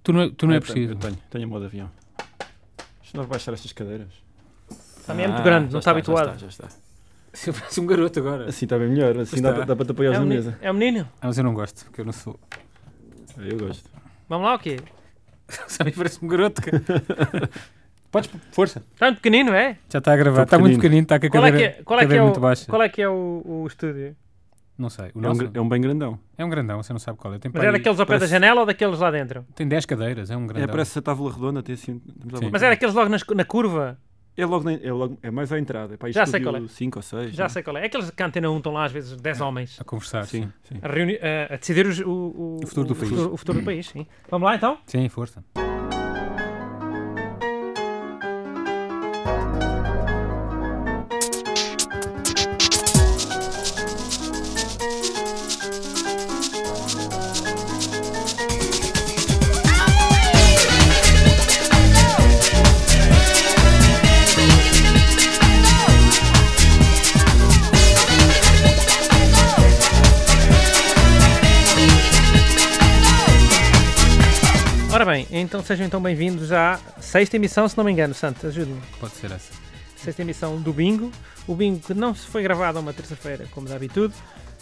Tu não é preciso. Eu tenho a modo avião. Isto não vai baixar estas cadeiras. Também é muito grande, não está habituado. Já está. Se eu parece um garoto agora. Assim está bem melhor, assim dá para te apoiar na mesa. É o menino? Mas eu não gosto, porque eu não sou. Eu gosto. Vamos lá, o quê? Sabe, parece um garoto. Podes, força. Está muito pequenino, é? Já está a gravar. Estou Está muito pequenino, está com a cadeira muito baixa. Qual é que é o estúdio? Não sei. O É nosso um bem grandão. é um grandão, você não sabe qual é. Tem Mas é daqueles ao pé da janela ou daqueles lá dentro? Tem 10 cadeiras, é um grandão. Parece a tábua redonda, tem assim. Sim. Mas é daqueles logo na curva? É mais à entrada. Para Já sei qual é. 5 ou 6. Já sei qual é. É aqueles que a Antena 1 estão lá às vezes 10 homens A conversar. Sim. a decidir o futuro do país. O futuro do país, sim. Vamos lá então? Sim, força. Ora bem, então sejam então bem-vindos à 6ª emissão, se não me engano, Santo, ajude-me. Pode ser essa. 6ª emissão do Bingo. O Bingo que não se foi gravado a uma terça-feira, como de habitude,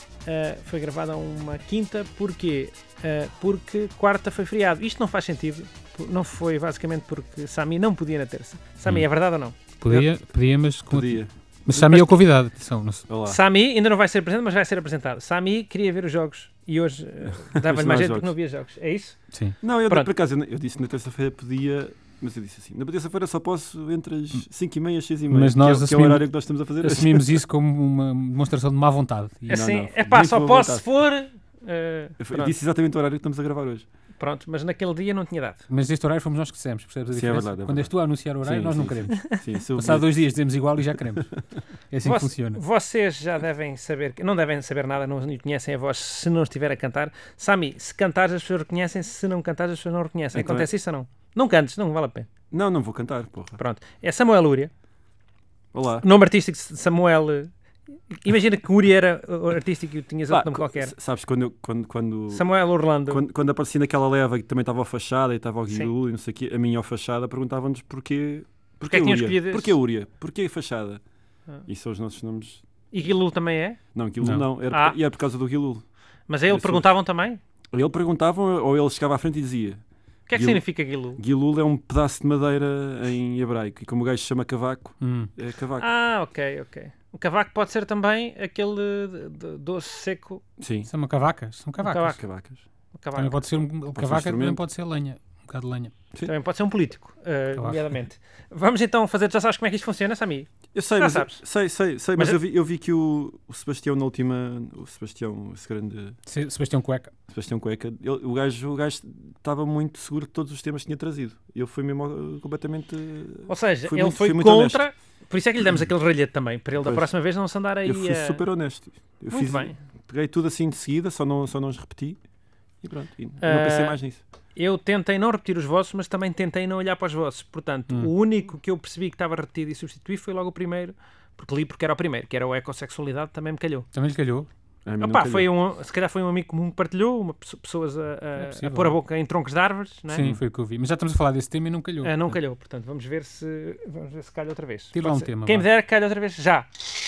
foi gravado a uma quinta. Porquê? Porque quarta foi feriado. Isto não faz sentido. Não foi basicamente porque Sami não podia na terça. Sami, é verdade ou não? Podia, mas... Podia. Mas Sami é o convidado. Atenção, não sei. Olá. Sami ainda não vai ser apresentado, mas vai ser apresentado. Sami queria ver os jogos e hoje dava-lhe mais jeito porque não via jogos. É isso? Sim. Não, eu Pronto. por acaso, eu disse que na terça-feira podia, mas eu disse assim, na terça-feira só posso entre as 5h30 e as 6h30, Mas nós que é o horário que nós estamos a fazer. Assumimos isso como uma demonstração de má vontade. E Assim, não, é pá, muito só boa posso vontade. se for... Eu pronto. disse exatamente o horário que estamos a gravar hoje. Pronto, mas naquele dia não tinha dado. Mas este horário fomos nós que dissemos, percebes a Sim, é diferença? verdade, é Quando és verdade. tu a anunciar o horário, Sim, nós não sim, queremos. Sim, se eu Passado 2 dias dizemos igual e já queremos. É assim que funciona. Vocês já devem saber, não devem saber nada, não conhecem a voz se não estiver a cantar. Sami, se cantares as pessoas reconhecem, se não cantares as pessoas não reconhecem. Então Acontece isso ou não? Não cantes, não vale a pena. Não vou cantar, porra. Pronto. É Samuel Lúria. Olá. Nome artístico de Samuel... Imagina que Uri era o artístico e tinhas outro nome qualquer. Sabes, quando Samuel Orlando. quando apareci naquela leva que também estava ao Fachada e estava ao Sim. Guilul e não sei o quê, a minha ao Fachada, perguntavam-nos porquê Porque é que tinham Úria? escolhido esse? Porquê Úria? Porquê Fachada? Ah. E são os nossos nomes. E Guilul também é? Não, Guilul não. E era por causa do Guilul. Mas a ele Eu sou- perguntavam também? Ele perguntavam ou ele chegava à frente e dizia: O que é que Guilul. significa Guilul? Guilul é um pedaço de madeira em hebraico e como o gajo se chama cavaco, é cavaco. Ah, ok. O cavaco pode ser também aquele doce seco. Sim. São cavacas. São cavacas. cavaco. Cavacas. O cavaco. Também pode ser um ser cavaca, também instrumento. pode ser lenha. Um bocado de lenha. Também pode ser um político, Cavaco. nomeadamente. Vamos então fazer. Já sabes como é que isto funciona, Sami? Eu sei, Já mas, sabes. sei, Mas mas eu vi que o Sebastião na última, esse grande Sebastião Cueca. Sebastião Cueca, o gajo estava muito seguro de todos os temas que tinha trazido. Eu fui mesmo completamente... Ou seja, Fui ele muito- foi fui muito contra. Por isso é que lhe damos aquele ralhete também, para ele da Pois. próxima vez não se andar aí. Eu fui super honesto. Eu Muito bem. Peguei tudo assim de seguida, só não os repeti. E pronto, e não pensei mais nisso. Eu tentei não repetir os vossos, mas também tentei não olhar para os vossos. Portanto, o único que eu percebi que estava repetido e substituí foi logo o primeiro, porque era o primeiro, que era o ecossexualidade, também me calhou. Também lhe calhou. A mim não Opa, calhou. se calhar foi um amigo comum que partilhou, pessoas possível. a pôr a boca em troncos de árvores, não é? Sim, foi o que eu vi. Mas já estamos a falar desse tema e não calhou. Não calhou, portanto, vamos ver se calha outra vez. Tira lá Pode um ser. tema, Quem vá. me der, calha outra vez já.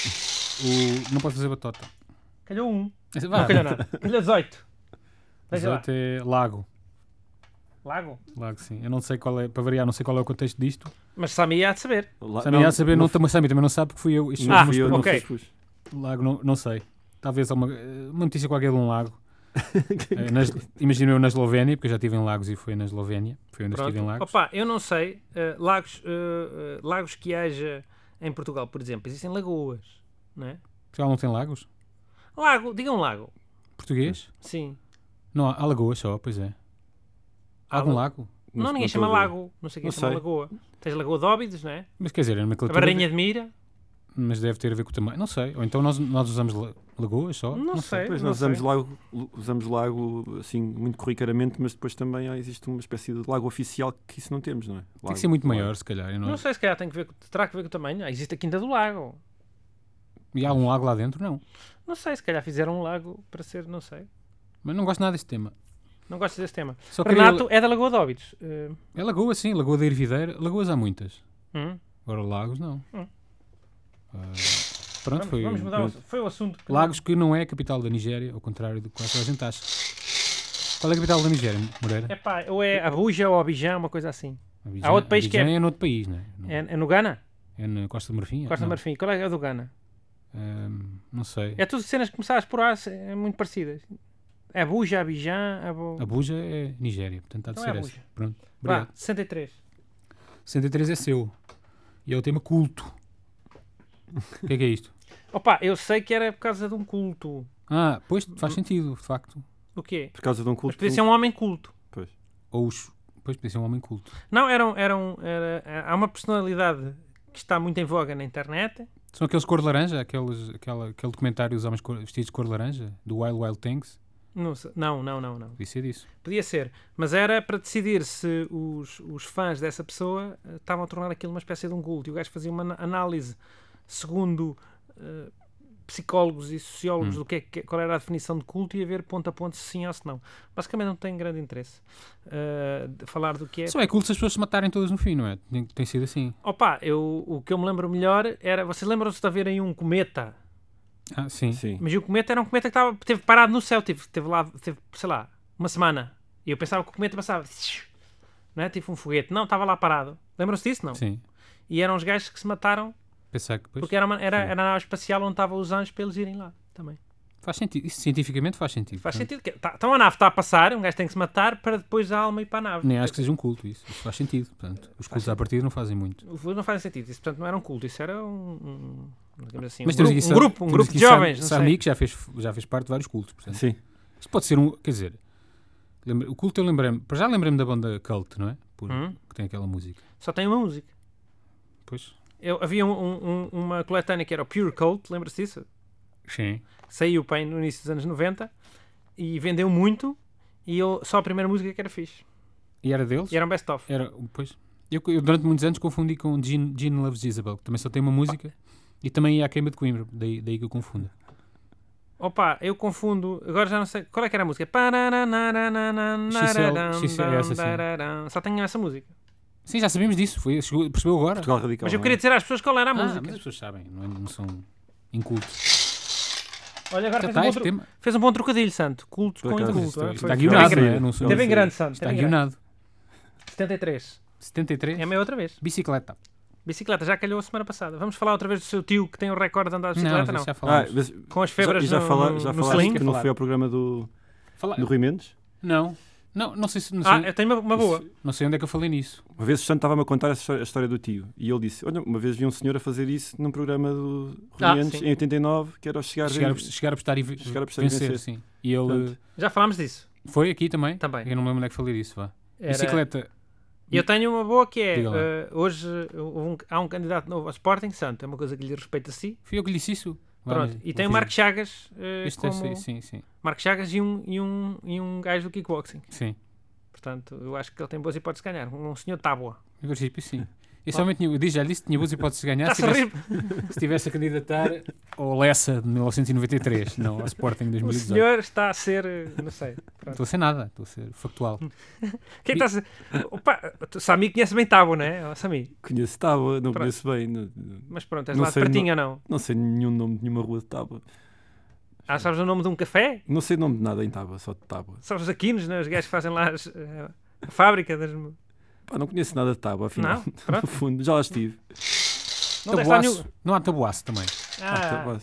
Não pode fazer batota. Calhou um. Vá. Não calhou nada. Calhou 18. Veja lá. 18 é lago. Lago. Lago, sim. Eu não sei qual é, para variar, não sei qual é o contexto disto. Mas Sami há de saber. Sami há a saber, Sami também não sabe porque fui eu. Isto Não são fui eu, não ok. fui. Lago, não sei. Talvez uma notícia qualquer de um lago. Imagino eu na Eslovénia, porque eu já estive em lagos e foi na Eslovénia. Foi onde estive em lagos. Opa, eu não sei. Lagos que haja em Portugal, por exemplo, existem lagoas, não é? Portugal não tem lagos? Lago, diga um lago. Português? Sim. Não, há lagoas só, pois é. Há algum lago? Não, ninguém estou chama a ver. lago. Não sei quem Não chama sei. lagoa. Tens Lagoa de Óbidos, não é? Mas quer dizer, a A nomenclatura... Barrinha de Mira. Mas deve ter a ver com o tamanho. Não sei. Ou então nós usamos lagoas só? Não sei. Depois não nós sei. usamos lago assim muito corriqueiramente, mas depois também existe uma espécie de lago oficial que isso não temos, não é? Tem que ser muito maior, se calhar. Não sei, se calhar terá que ver com o tamanho. Existe a Quinta do Lago. E há um lago lá dentro? Não. Não sei, se calhar fizeram um lago para ser, não sei. Mas não gosto nada deste tema. Não gostas desse tema. Só queria... Renato é da Lagoa de Óbidos. É Lagoa, sim. Lagoa da Hervideira. Lagoas há muitas. Hum. Agora Lagos, não. Pronto, foi... Vamos mudar. Foi o assunto. Que Lagos que não é a capital da Nigéria, ao contrário do que quase toda a gente acha. Qual é a capital da Nigéria, Moreira? É pá, ou é Abuja ou Abidjan, uma coisa assim. Há outro país que Abidjan é no outro país, não é? É no Ghana? É na Costa do Marfim? Costa do Não. Marfim. Qual é a do Ghana? Não sei. É tudo cenas que começadas por A, é muito parecidas. Abuja, Abidjan, Abuja é Nigéria, portanto há de Não ser é essa. Abuja. Pronto. Vá, Obrigado. 63. 63 é seu. E é o tema culto. O que é isto? Opa, eu sei que era por causa de um culto. Pois faz sentido, de facto. O quê? Por causa de um Mas culto. podia ser um homem culto. Ou pois podia ser um homem culto. Não, há uma personalidade que está muito em voga na internet. São aqueles cor de laranja, aquele documentário dos homens vestidos de cor de laranja, do Wild Wild Things. Não. Podia ser disso. Podia ser. Mas era para decidir se os fãs dessa pessoa estavam a tornar aquilo uma espécie de um culto. E o gajo fazia uma análise segundo psicólogos e sociólogos do qual era a definição de culto e a ver ponto a ponto se sim ou se não. Basicamente não tem grande interesse de falar do que é. Só é culto se as pessoas se matarem todas no fim, não é? Tem sido assim. Opa, o que eu me lembro melhor era... Vocês lembram-se de haver aí um cometa? Sim. Mas o cometa era um cometa que esteve parado no céu. Teve, sei lá, uma semana. E eu pensava que o cometa passava... Não é? Tipo um foguete. Não, estava lá parado. Lembram-se disso? Não? Sim. E eram os gajos que se mataram Pensar que, pois, porque era a nave espacial onde estavam os anjos para eles irem lá também. faz sentido. Isso cientificamente faz sentido. Faz portanto, sentido. Então a nave está a passar, um gajo tem que se matar para depois a alma ir para a nave. Nem acho que seja um culto isso. Isso faz sentido. Portanto, os cultos à partida não fazem muito. Não faz sentido. Isso, portanto, não era um culto. Isso era digamos assim, Mas um temos grupo aqui de jovens. Não sei. Sami que já fez parte de vários cultos. Portanto, Sim. isto pode ser quer dizer, o culto eu lembrei-me, para já lembrei-me da banda Cult, não é? Que tem aquela música. Só tem uma música. Pois. Havia uma coletânea que era o Pure Cult, lembra-se disso? Sim. Saiu para no início dos anos 90 e vendeu muito e só a primeira música que era fixe. E era deles? E era um best-of. Pois. Eu durante muitos anos confundi com Gene Loves Isabel, que também só tem uma música, e também ia à Queima de Coimbra, daí que eu confundo. Opa, eu confundo, agora já não sei, qual é que era a música? Só tenho essa música. Sim, já sabemos disso, percebeu agora. Portugal Radical. Mas eu queria dizer às pessoas qual era a música. Mas as pessoas sabem, não são incultos. Olha, agora fez um bom trocadilho, Santo. Culto Por com acaso, inculto. Está guionado, não é? Esteve em grande, Santo. Está guionado. 73. 73? É a meia outra vez. Bicicleta. Bicicleta, já calhou a semana passada. Vamos falar outra vez do seu tio que tem o recorde de andar de bicicleta, não? Já falamos. Mas Com as febras já no falaste sling? que não foi ao programa do Rui Mendes? Não sei se... Eu tenho uma boa. Não sei onde é que eu falei nisso. Uma vez o Santo estava-me a contar a história do tio e ele disse, olha, uma vez vi um senhor a fazer isso num programa do Rui Mendes sim. em 89, que era o chegar a prestar e vencer, sim. E ele... Portanto, Já falámos disso. Foi aqui também? Também. Eu não me lembro onde é que falei disso, vá. Era- Bicicleta... Eu tenho uma boa que é, Diga lá. hoje há um candidato novo ao Sporting, Santo, é uma coisa que lhe respeita a si. Fui eu que lhe disse isso. Vá, Pronto. mas E tem o não Marco fiz. Chagas Isto é, como... sim. Marco Chagas e um gajo do kickboxing. Sim. Portanto, eu acho que ele tem boas hipóteses de ganhar. Um senhor tábua. Em princípio, sim. Eu somente já lhe disse que tinha boas hipóteses de ganhar Está-se a rir. se tivesse a candidatar ao Lessa de 1993, não ao Sporting de O 2018. senhor está a ser, não sei. Pronto. Estou a ser nada, estou a ser factual. Quem está a ser... Opa, o Sami conhece bem tábua, não é? Sami. conheço Tábua, não Pronto. conheço bem. Mas pronto, és Não lá de sei, pertinho ou não? Não sei nenhum nome de nenhuma rua de Tábua. Sabes o nome de um café? Não sei nome de nada em Tábua, só de Tábua. Sabes os Aquinos, né? Os gajos que fazem lá a fábrica das... Pá, não conheço nada de Tábua, afinal. Não? Pronto. No fundo, já lá estive. Não deve estar Tabuaço. Não há tabuaço também. Ah,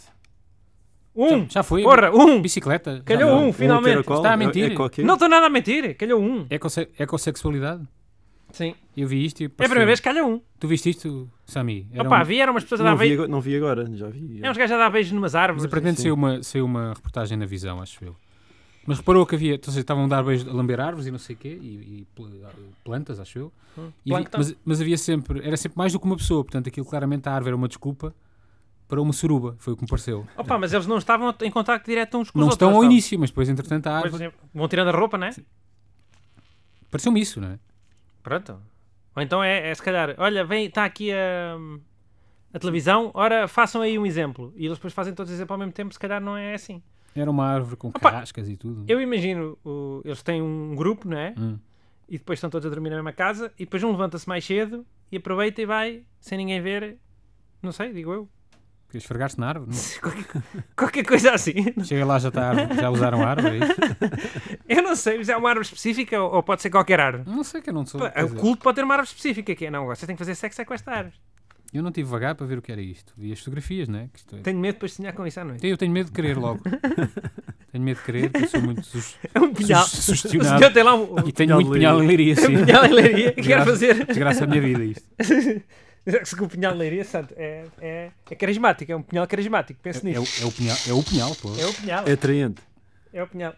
Tábua. Já foi. Porra, Bicicleta. Calhou Já um, não. finalmente. era qual? Está a mentir. É qualquer? Não estou nada a mentir, calhou um. Ecossexualidade. Sim. Eu vi isto e... É a primeira vez que calha um. Tu viste isto, Sami? Opa, vieram umas pessoas a dar beijos. Não vi agora, já vi. É uns gajos a dar beijos numas árvores. Mas aparentemente sim. saiu uma reportagem na Visão, acho eu. Mas reparou que havia... Então, estavam a dar beijos, a lamber árvores e não sei o quê, e plantas, acho eu. Mas havia sempre... Era sempre mais do que uma pessoa. Portanto, aquilo claramente a árvore era uma desculpa para uma suruba. Foi o que me pareceu. Opa, mas eles não estavam em contacto direto uns com os Não outros. estão ao estavam? início, mas depois, entretanto, a Por árvore... exemplo, vão tirando a roupa, não é? Pareceu-me isso, não é? Pronto. Ou então é se calhar, olha, está aqui a televisão, ora façam aí um exemplo. E eles depois fazem todos os exemplos ao mesmo tempo, se calhar não é assim. Era uma árvore com cascas e tudo. Eu imagino, eles têm um grupo, não é? E depois estão todos a dormir na mesma casa e depois um levanta-se mais cedo e aproveita e vai, sem ninguém ver, não sei, digo eu. Esfregar-se na árvore? Qualquer coisa assim. Chega lá, já usaram a árvore, é isso? Eu não sei, mas é uma árvore específica ou pode ser qualquer árvore? Não sei, que eu não sou. O culto pode ter uma árvore específica, que é, não, você tem que fazer sexo com esta árvore. Eu não tive vagar para ver o que era isto. Vi as fotografias, não é? Tenho medo depois de sonhar com isso à noite. Eu tenho medo de querer logo. Tenho medo de querer, porque eu sou muito É um punhal. sugestionado. O senhor tem lá E tenho muito punhal em Leiria, sim. Um punhal em Leiria. Quero fazer... Desgraça a minha vida isto. Se o punhal de Leiria, santo, é carismático. É um punhal carismático. Penso nisso. É o punhal, pô. É o punhal. É atraente. É o punhal.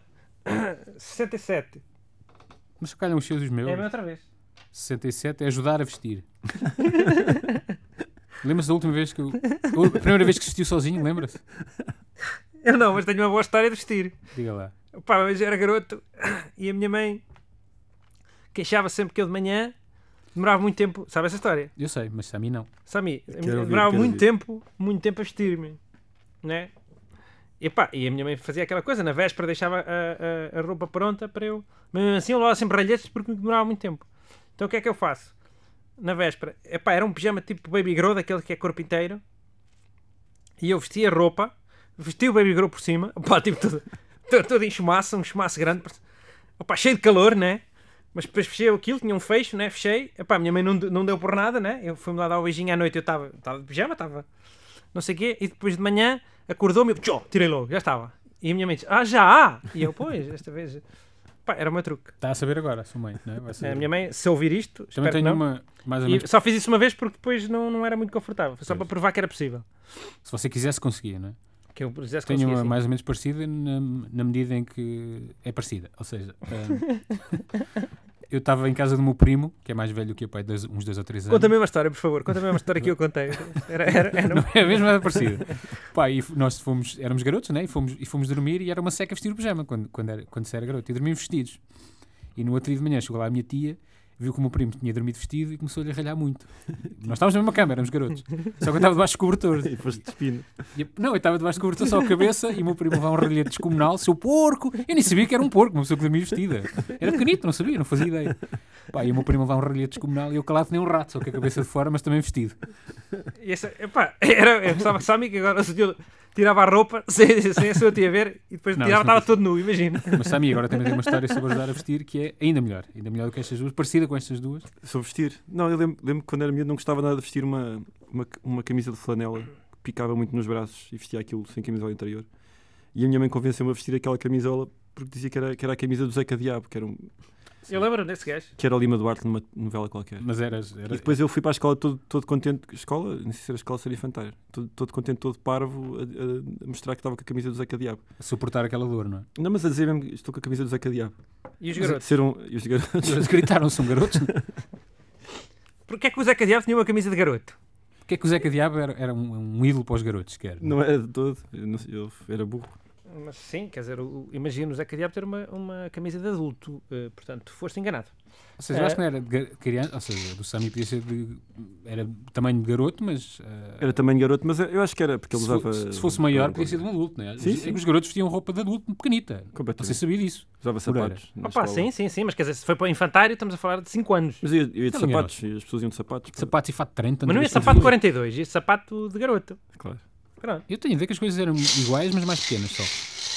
67. Mas se calhar os seus e os meus. É a minha outra vez. 67 é ajudar a vestir. Lembra-se da última vez que a primeira vez que vestiu sozinho, lembra-se? Eu não, mas tenho uma boa história de vestir. Diga lá. Pá, mas eu era garoto e a minha mãe queixava sempre que eu de manhã demorava muito tempo. Sabe essa história? Eu sei, mas a mim não. Sabe, demorava muito tempo a vestir-me. Né? E a minha mãe fazia aquela coisa, na véspera deixava a roupa pronta para eu. Mas assim eu levava sempre ralhetes porque demorava muito tempo. Então o que é que eu faço? Na véspera, era um pijama tipo Baby Grow, daquele que é corpo inteiro. E eu vestia a roupa, vesti o Baby Grow por cima, tipo todo em chumaço, um chumaço grande, cheio de calor, né? Mas depois fechei aquilo, tinha um fecho, né? Fechei, a minha mãe não deu por nada, né? Eu fui-me lá dar o beijinho à noite, eu estava de pijama, estava não sei o quê, e depois de manhã acordou-me, tirei logo, já estava. E a minha mãe disse, já! E eu, pois, esta vez... era o meu truque. Está a saber agora, a sua mãe, não é? Vai saber. A minha mãe, se ouvir isto, também espero tenho que não. uma, mais ou menos... Só fiz isso uma vez porque depois não era muito confortável. Foi só para provar que era possível. Se você quisesse, conseguia, não é? Que eu quisesse tenho conseguir, uma sim. mais ou menos parecida na medida em que é parecida. Ou seja, eu estava em casa do meu primo, que é mais velho que eu, pai, uns 2 ou 3 anos. Conta-me uma história, por favor. Conta-me uma história que eu contei. Não é a mesma, era parecida. E nós éramos garotos, né? E fomos dormir e era uma seca vestir o pijama quando se era garoto. E dormíamos vestidos. E no outro dia de manhã chegou lá a minha tia, viu que o meu primo tinha dormido vestido e começou-lhe a ralhar muito. Nós estávamos na mesma cama, éramos garotos. Só que eu estava debaixo do cobertor. E foste despino. Não, eu estava debaixo do cobertor só a cabeça e o meu primo levava um ralhete descomunal, seu porco. Eu nem sabia que era um porco, uma pessoa que dormia vestida. Era pequenito, não sabia, não fazia ideia. E o meu primo levava um ralhete descomunal e eu calado nem um rato, só com a cabeça de fora, mas também vestido. E eu pensava que Sami que agora o senhor tirava a roupa sem a sua tia ver e depois tirava, estava todo nu, imagina. Mas Sami agora também tem uma história sobre ajudar a vestir que é ainda melhor do que estas duas, parecida com estas duas. Sobre vestir? Não, eu lembro que quando era miúdo não gostava nada de vestir uma camisa de flanela que picava muito nos braços e vestia aquilo sem camisola interior. E a minha mãe convenceu-me a vestir aquela camisola porque dizia que era a camisa do Zeca Diabo, que era eu lembro desse gajo. Que era o Lima Duarte numa novela qualquer. Mas era... E depois eu fui para a escola todo contente. Escola? Não sei se era a escola Série Infantária. Todo contente, todo parvo, a mostrar que estava com a camisa do Zeca Diabo. A suportar aquela dor, não é? Não, mas a dizer mesmo que estou com a camisa do Zeca Diabo. E os garotos? E os garotos? Eles gritaram, são garotos. Porquê é que o Zeca Diabo tinha uma camisa de garoto? Porquê é que o Zeca Diabo era um ídolo para os garotos? Não era de todo. Eu era burro. Mas sim, quer dizer, imagino o Zeca Diabo ter uma camisa de adulto, portanto, foste enganado. Ou seja, eu acho que não era de criança, ou seja, do Sami podia ser era tamanho de garoto, mas... Era tamanho de garoto, mas eu acho que era porque ele usava... Se fosse maior, podia ser de um adulto, não é? Sim. Os garotos vestiam roupa de adulto pequenita. Você sabia disso. Usava sapatos. Sim, mas quer dizer, se foi para o infantário, estamos a falar de 5 anos. Mas eu ia de sapatos, e as pessoas iam de sapatos. Sapatos e fato de 30. Mas não é sapato de 42, é sapato de garoto. Claro. Pronto. Eu tenho a ideia que as coisas eram iguais, mas mais pequenas só.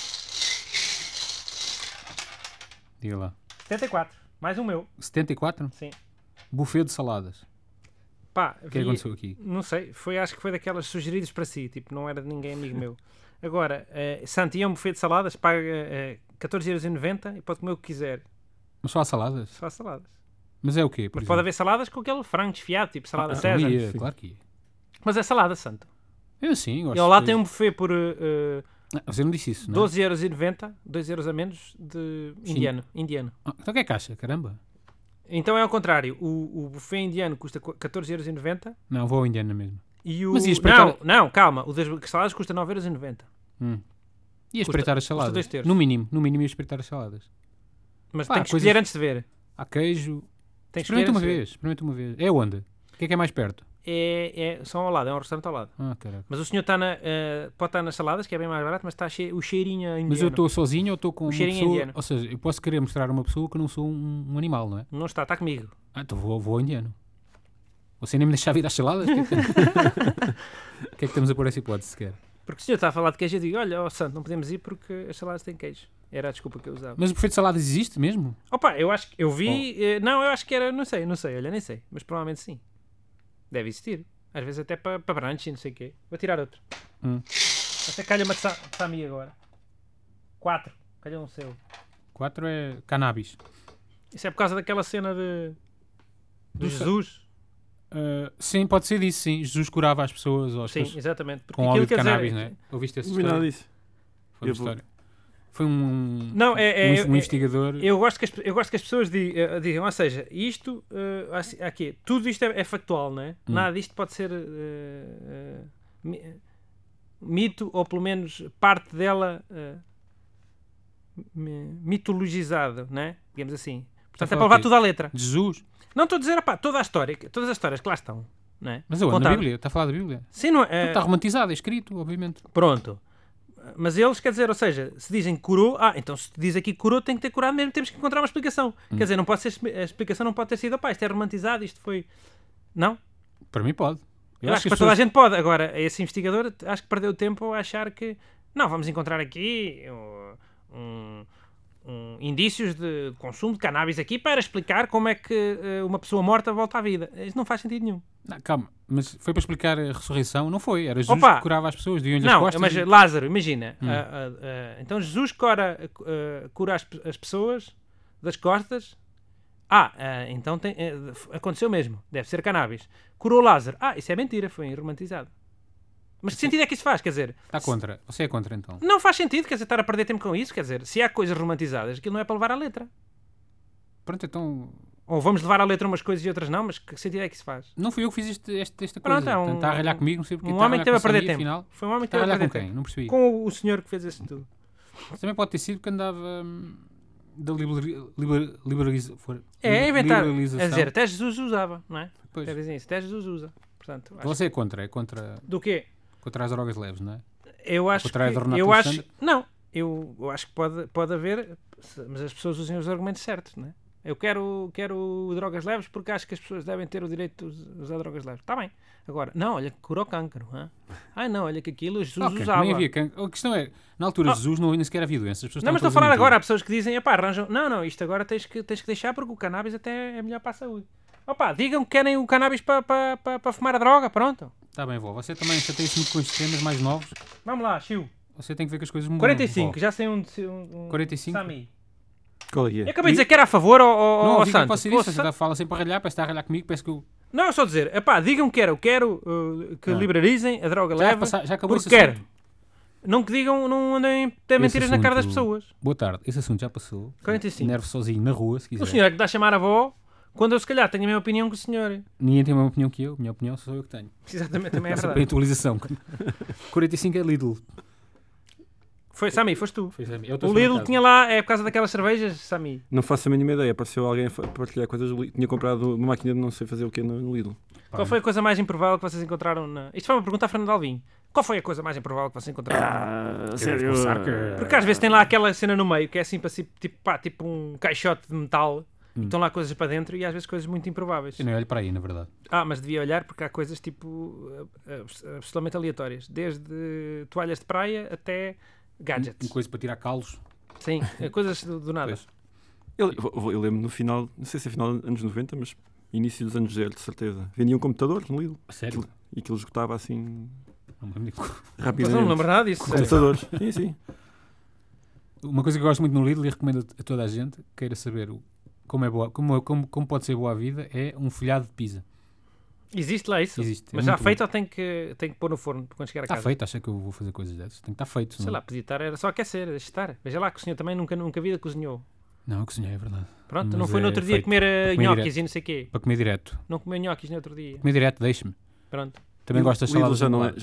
Diga lá. 74. Mais um meu. 74? Sim. Buffet de saladas. O que aconteceu aqui? Não sei. Acho que foi daquelas sugeridas para si. Tipo, não era de ninguém amigo meu. Agora, Santi, é um buffet de saladas. Paga 14,90€ e pode comer o que quiser. Mas só há saladas? Só há saladas. Mas é o quê? Mas pode haver saladas com aquele frango desfiado, tipo salada César. Claro que ia. Mas é salada, Santo. Eu sim, gosto. E lá tem um buffet por... você não disse isso, não é? 12,90€, 2€ a menos de indiano. Então que é caixa? Caramba. Então é ao contrário. O buffet indiano custa 14,90€. Não, vou ao indiano mesmo. E o... Mas ia espreitar... Não, calma. O das saladas custa 9,90€. Ia espreitar as saladas. Custa 2 no mínimo ia espreitar as saladas. Mas tem que escolher antes de ver. Há queijo. Tem que Experimenta uma vez. É onde? O que é mais perto? são ao lado, é um restaurante ao lado. Caraca. Mas o senhor pode estar nas saladas, que é bem mais barato, mas está o cheirinho indiano. Mas eu estou sozinho ou estou com uma pessoa... indiano. Ou seja, eu posso querer mostrar a uma pessoa que eu não sou um animal, não é? Não está comigo. Então vou ao indiano. Você nem me deixa vir às saladas? O que é que estamos a pôr essa hipótese sequer? Porque o senhor está a falar de queijo e eu digo, olha, santo, não podemos ir porque as saladas têm queijo. Era a desculpa que eu usava. Mas o buffet de saladas existe mesmo? Opa, eu acho que eu vi... não, eu acho que era... Não sei, olha, nem sei. Mas provavelmente sim. Deve existir. Às vezes até para brunch e não sei o quê. Vou tirar outro. Até calha-me de Sami agora. 4. Calha um seu. 4 é cannabis. Isso é por causa daquela cena do Jesus? Sim, pode ser disso, sim. Jesus curava as pessoas. Sim, exatamente. Porque com óleo de cannabis, não é? Ouviste essa história? Não vi nada disso. Foi uma história. Foi um investigador. Eu gosto que as pessoas digam, ou seja, isto, aqui, tudo isto é factual, não é? Nada disto pode ser mito, ou pelo menos parte dela mitologizado, não é? Digamos assim. Portanto, é para levar tudo à letra. Jesus? Não estou a dizer, toda a história, todas as histórias que lá estão, não é? Mas na Bíblia, está a falar da Bíblia? Sim, não é? Está romantizado, é escrito, obviamente. Pronto. Mas eles, quer dizer, ou seja, se dizem que curou, então se diz aqui que curou, tem que ter curado mesmo, temos que encontrar uma explicação. Quer dizer, não pode ser, a explicação não pode ter sido, isto é romantizado, isto foi... Não? Para mim pode. Eu acho que para toda a gente pode. Agora, esse investigador, acho que perdeu tempo a achar que, não, vamos encontrar aqui indícios de consumo de cannabis aqui para explicar como é que uma pessoa morta volta à vida. Isso não faz sentido nenhum. Não, calma, mas foi para explicar a ressurreição? Não foi, era Jesus que curava as pessoas, doíam-lhe as costas. Não, mas Lázaro, imagina, então Jesus cura as pessoas das costas. Então aconteceu mesmo, deve ser cannabis. Curou Lázaro. Isso é mentira, foi romantizado. Mas que sentido é que isso faz? Quer dizer... Está contra. Você é contra, então? Não faz sentido, quer dizer, estar a perder tempo com isso. Quer dizer, se há coisas romantizadas, aquilo não é para levar à letra. Pronto, então... Ou vamos levar à letra umas coisas e outras não, mas que sentido é que isso faz? Não fui eu que fiz esta coisa. Pronto, está a ralhar comigo, não sei porque. Um homem que teve a perder tempo. Afinal, foi um homem que teve a perder tempo. Com quem? Não percebi. Com o senhor que fez isso tudo. Também pode ter sido porque andava da liberalização. É inventar. É dizer, até Jesus usava, não é? Pois. Quer dizer isso, até Jesus usa. Portanto, você é contra... Do quê? Contra as drogas leves, não é? Eu acho que... Não, eu acho que pode haver, mas as pessoas usam os argumentos certos, não é? Eu quero drogas leves porque acho que as pessoas devem ter o direito de usar drogas leves. Está bem. Agora, não, olha que curou o cancro. Não, olha que aquilo Jesus usava. Nem havia cancro. A questão é, na altura Jesus nem sequer havia doenças. Não, mas estou a falar agora. Há pessoas que dizem, arranjam... Não, isto agora tens que deixar porque o cannabis até é melhor para a saúde. Digam que querem o cannabis para fumar a droga, pronto. Está bem, vó. Você também chateia-se muito com estes temas mais novos. Vamos lá, Chiu. Você tem que ver que as coisas mudam. 45, já sei um 45? Sami. Qual é que é? Eu acabei de dizer que era a favor ou Santo. Não, posso dizer isso. Você fala sempre a ralhar, parece que está a ralhar comigo, parece que eu... Não, é só dizer, digam que eu quero que liberalizem a droga leve, já acabou porque quero. Não que digam, não andem ter mentiras na cara das pessoas. Boa tarde, esse assunto já passou. 45. Nervo sozinho na rua, se quiser. O senhor é que está a chamar a avó, quando eu se calhar tenho a mesma opinião que o senhor. Ninguém tem a mesma opinião que eu, a minha opinião sou eu que tenho. Exatamente, também é verdade. Para a atualização. 45 é Lidl. Foi, Sami, foste tu. Foi, Sami. O Lidl tinha lá, é por causa daquelas cervejas, Sami? Não faço a mínima ideia. Apareceu alguém a partilhar coisas do Lidl. Tinha comprado uma máquina de não sei fazer o que no Lidl. Qual foi a coisa mais improvável que vocês encontraram na... Isto foi uma pergunta a Fernando Alvim. Qual foi a coisa mais improvável que vocês encontraram? Sério? Porque às vezes tem lá aquela cena no meio que é assim para si, tipo um caixote de metal e estão lá coisas para dentro e às vezes coisas muito improváveis. Eu não olho para aí, na verdade. Mas devia olhar porque há coisas tipo absolutamente aleatórias. Desde toalhas de praia até gadgets. Coisa para tirar calos. Sim, coisas do nada. Eu lembro no final, não sei se é final dos anos 90, mas início dos anos 0, de certeza. Vendiam computadores no Lidl. Sério? E aquilo esgotava assim... rapidamente. Mas não lembro nada disso. Computadores. Sim. Uma coisa que eu gosto muito no Lidl e recomendo a toda a gente, queira saber como é boa, como pode ser boa a vida, é um folhado de pizza. Existe lá isso? Existe. Mas já feito ou tem que pôr no forno quando chegar a casa? Está feito, acha que eu vou fazer coisas dessas? Tem que estar feito. Sei lá, podia estar, era só aquecer, deixa estar. Veja lá que o senhor também nunca vida cozinhou. Não, eu cozinhei, é verdade. Pronto, mas não foi no outro dia comer nhoquis e não sei o quê? Para comer direto. Não comeu nhoquis no outro dia? Comer direto, deixe-me. Pronto. Também gosto das saladas.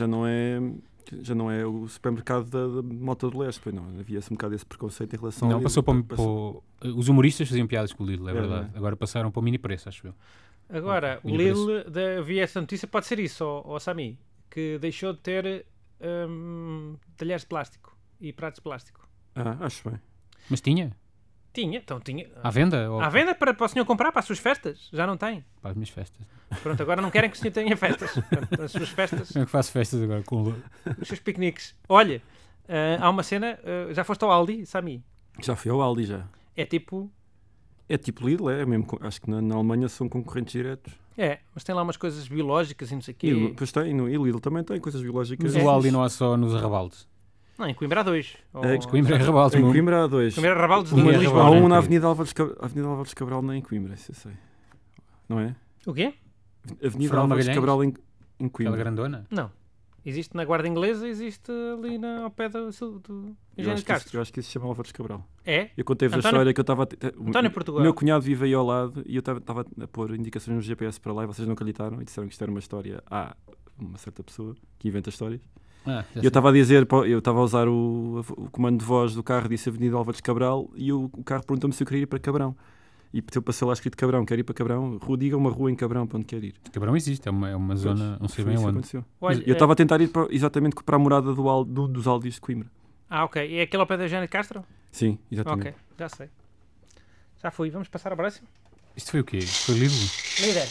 Já não é o supermercado da Mota do Leste, pois não. Havia-se um bocado esse preconceito em relação não, passou para os humoristas faziam piadas com o Lidl, é verdade. Agora passaram para o mini preço, acho eu. Agora, o Lille, vi essa notícia, pode ser isso, ó Sami, que deixou de ter talheres de plástico e pratos de plástico. Acho bem. Mas tinha? Tinha. À venda? À venda para o senhor comprar para as suas festas? Já não tem. Para as minhas festas. Pronto, agora não querem que o senhor tenha festas. Portanto, as suas festas... Como é que faço festas agora? Os seus piqueniques. Olha, há uma cena... já foste ao Aldi, Sami? Já fui ao Aldi, já. É tipo Lidl, é mesmo. Acho que na Alemanha são concorrentes diretos. Mas tem lá umas coisas biológicas e não sei o quê. Pois tem, e Lidl também tem coisas biológicas. Mas o Aldi não há só nos arrabaldes? Não, em Coimbra há 2. Coimbra é arrabaldes. Em Coimbra há 2. Coimbra é arrabaldes de Há Lisboa. um na Avenida Álvares de Cabral, nem em Coimbra, se eu sei. Não é? O quê? Avenida Álvares de Cabral em Coimbra. Aquela grandona? Não. Existe na Guarda Inglesa, existe ali ao pé do Engenho de Castro. Eu acho que isso se chama Álvares de Cabral. É? Eu contei-vos a história que eu estava... António Portugal. O meu cunhado vive aí ao lado e eu estava a pôr indicações no GPS para lá e vocês não acreditaram e disseram que isto era uma história uma certa pessoa que inventa histórias. Eu estava a dizer, eu estava a usar o comando de voz do carro, disse Avenida Álvares de Cabral e o carro perguntou-me se eu queria ir para Cabrão. E eu passei lá escrito Cabrão, quero ir para Cabrão. Diga uma rua em Cabrão para onde quer ir. Cabrão existe, é uma zona, não sei bem onde. Olha, eu estava a tentar ir exatamente para a morada dos Aldis de Coimbra. Ok. E é aquele ao pé da Eugénia de Castro? Sim, exatamente. Ok, já sei. Já fui. Vamos passar ao próximo? Isto foi o quê? Foi Lidl? Líder.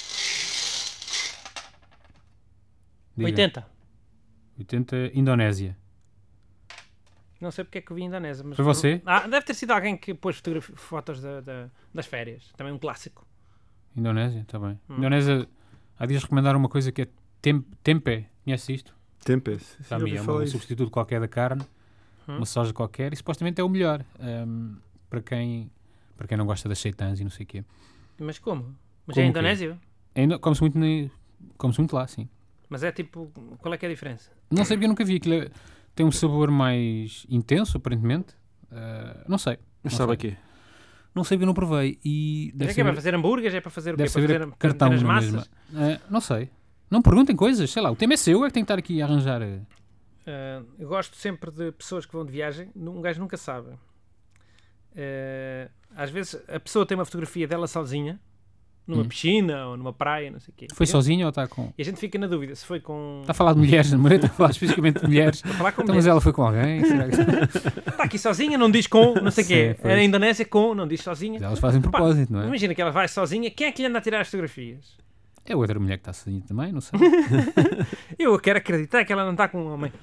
80. 80, Indonésia. Não sei porque é que eu vi Indonésia. Mas foi você? Deve ter sido alguém que pôs fotos das férias. Também um clássico. Indonésia, está bem. Indonésia, há dias recomendaram uma coisa que é tempeh. Conhece isto? Tempeh. É um substituto qualquer da carne. Uma soja qualquer. E supostamente é o melhor. Para quem não gosta das seitãs e não sei o quê. Mas como? Mas é Indonésia? Come-se muito lá, sim. Mas é tipo... Qual é que é a diferença? Não sei porque eu nunca vi. Aquilo tem um sabor mais intenso, aparentemente. Não sei. Mas sabe a quê? Não sei porque eu não provei. E é que é para fazer hambúrgueres? É para fazer o quê? Deve para saber fazer cartão as massas? Não sei. Não perguntem coisas. Sei lá, o tema é seu. É que tem que estar aqui a arranjar... eu gosto sempre de pessoas que vão de viagem. Um gajo nunca sabe. Às vezes a pessoa tem uma fotografia dela sozinha numa piscina ou numa praia, não sei o quê. Foi sozinha ou está com... E a gente fica na dúvida se foi com... Está a falar de mulheres, não está a falar especificamente de mulheres. Está a falar com então, mas ela foi com alguém? Será que... Está aqui sozinha, não diz com, não sei o quê. A Indonésia com, não diz sozinha. Mas elas fazem propósito, não é? Imagina que ela vai sozinha, quem é que lhe anda a tirar as fotografias? É outra mulher que está sozinha também, não sei. Eu quero acreditar que ela não está com um homem.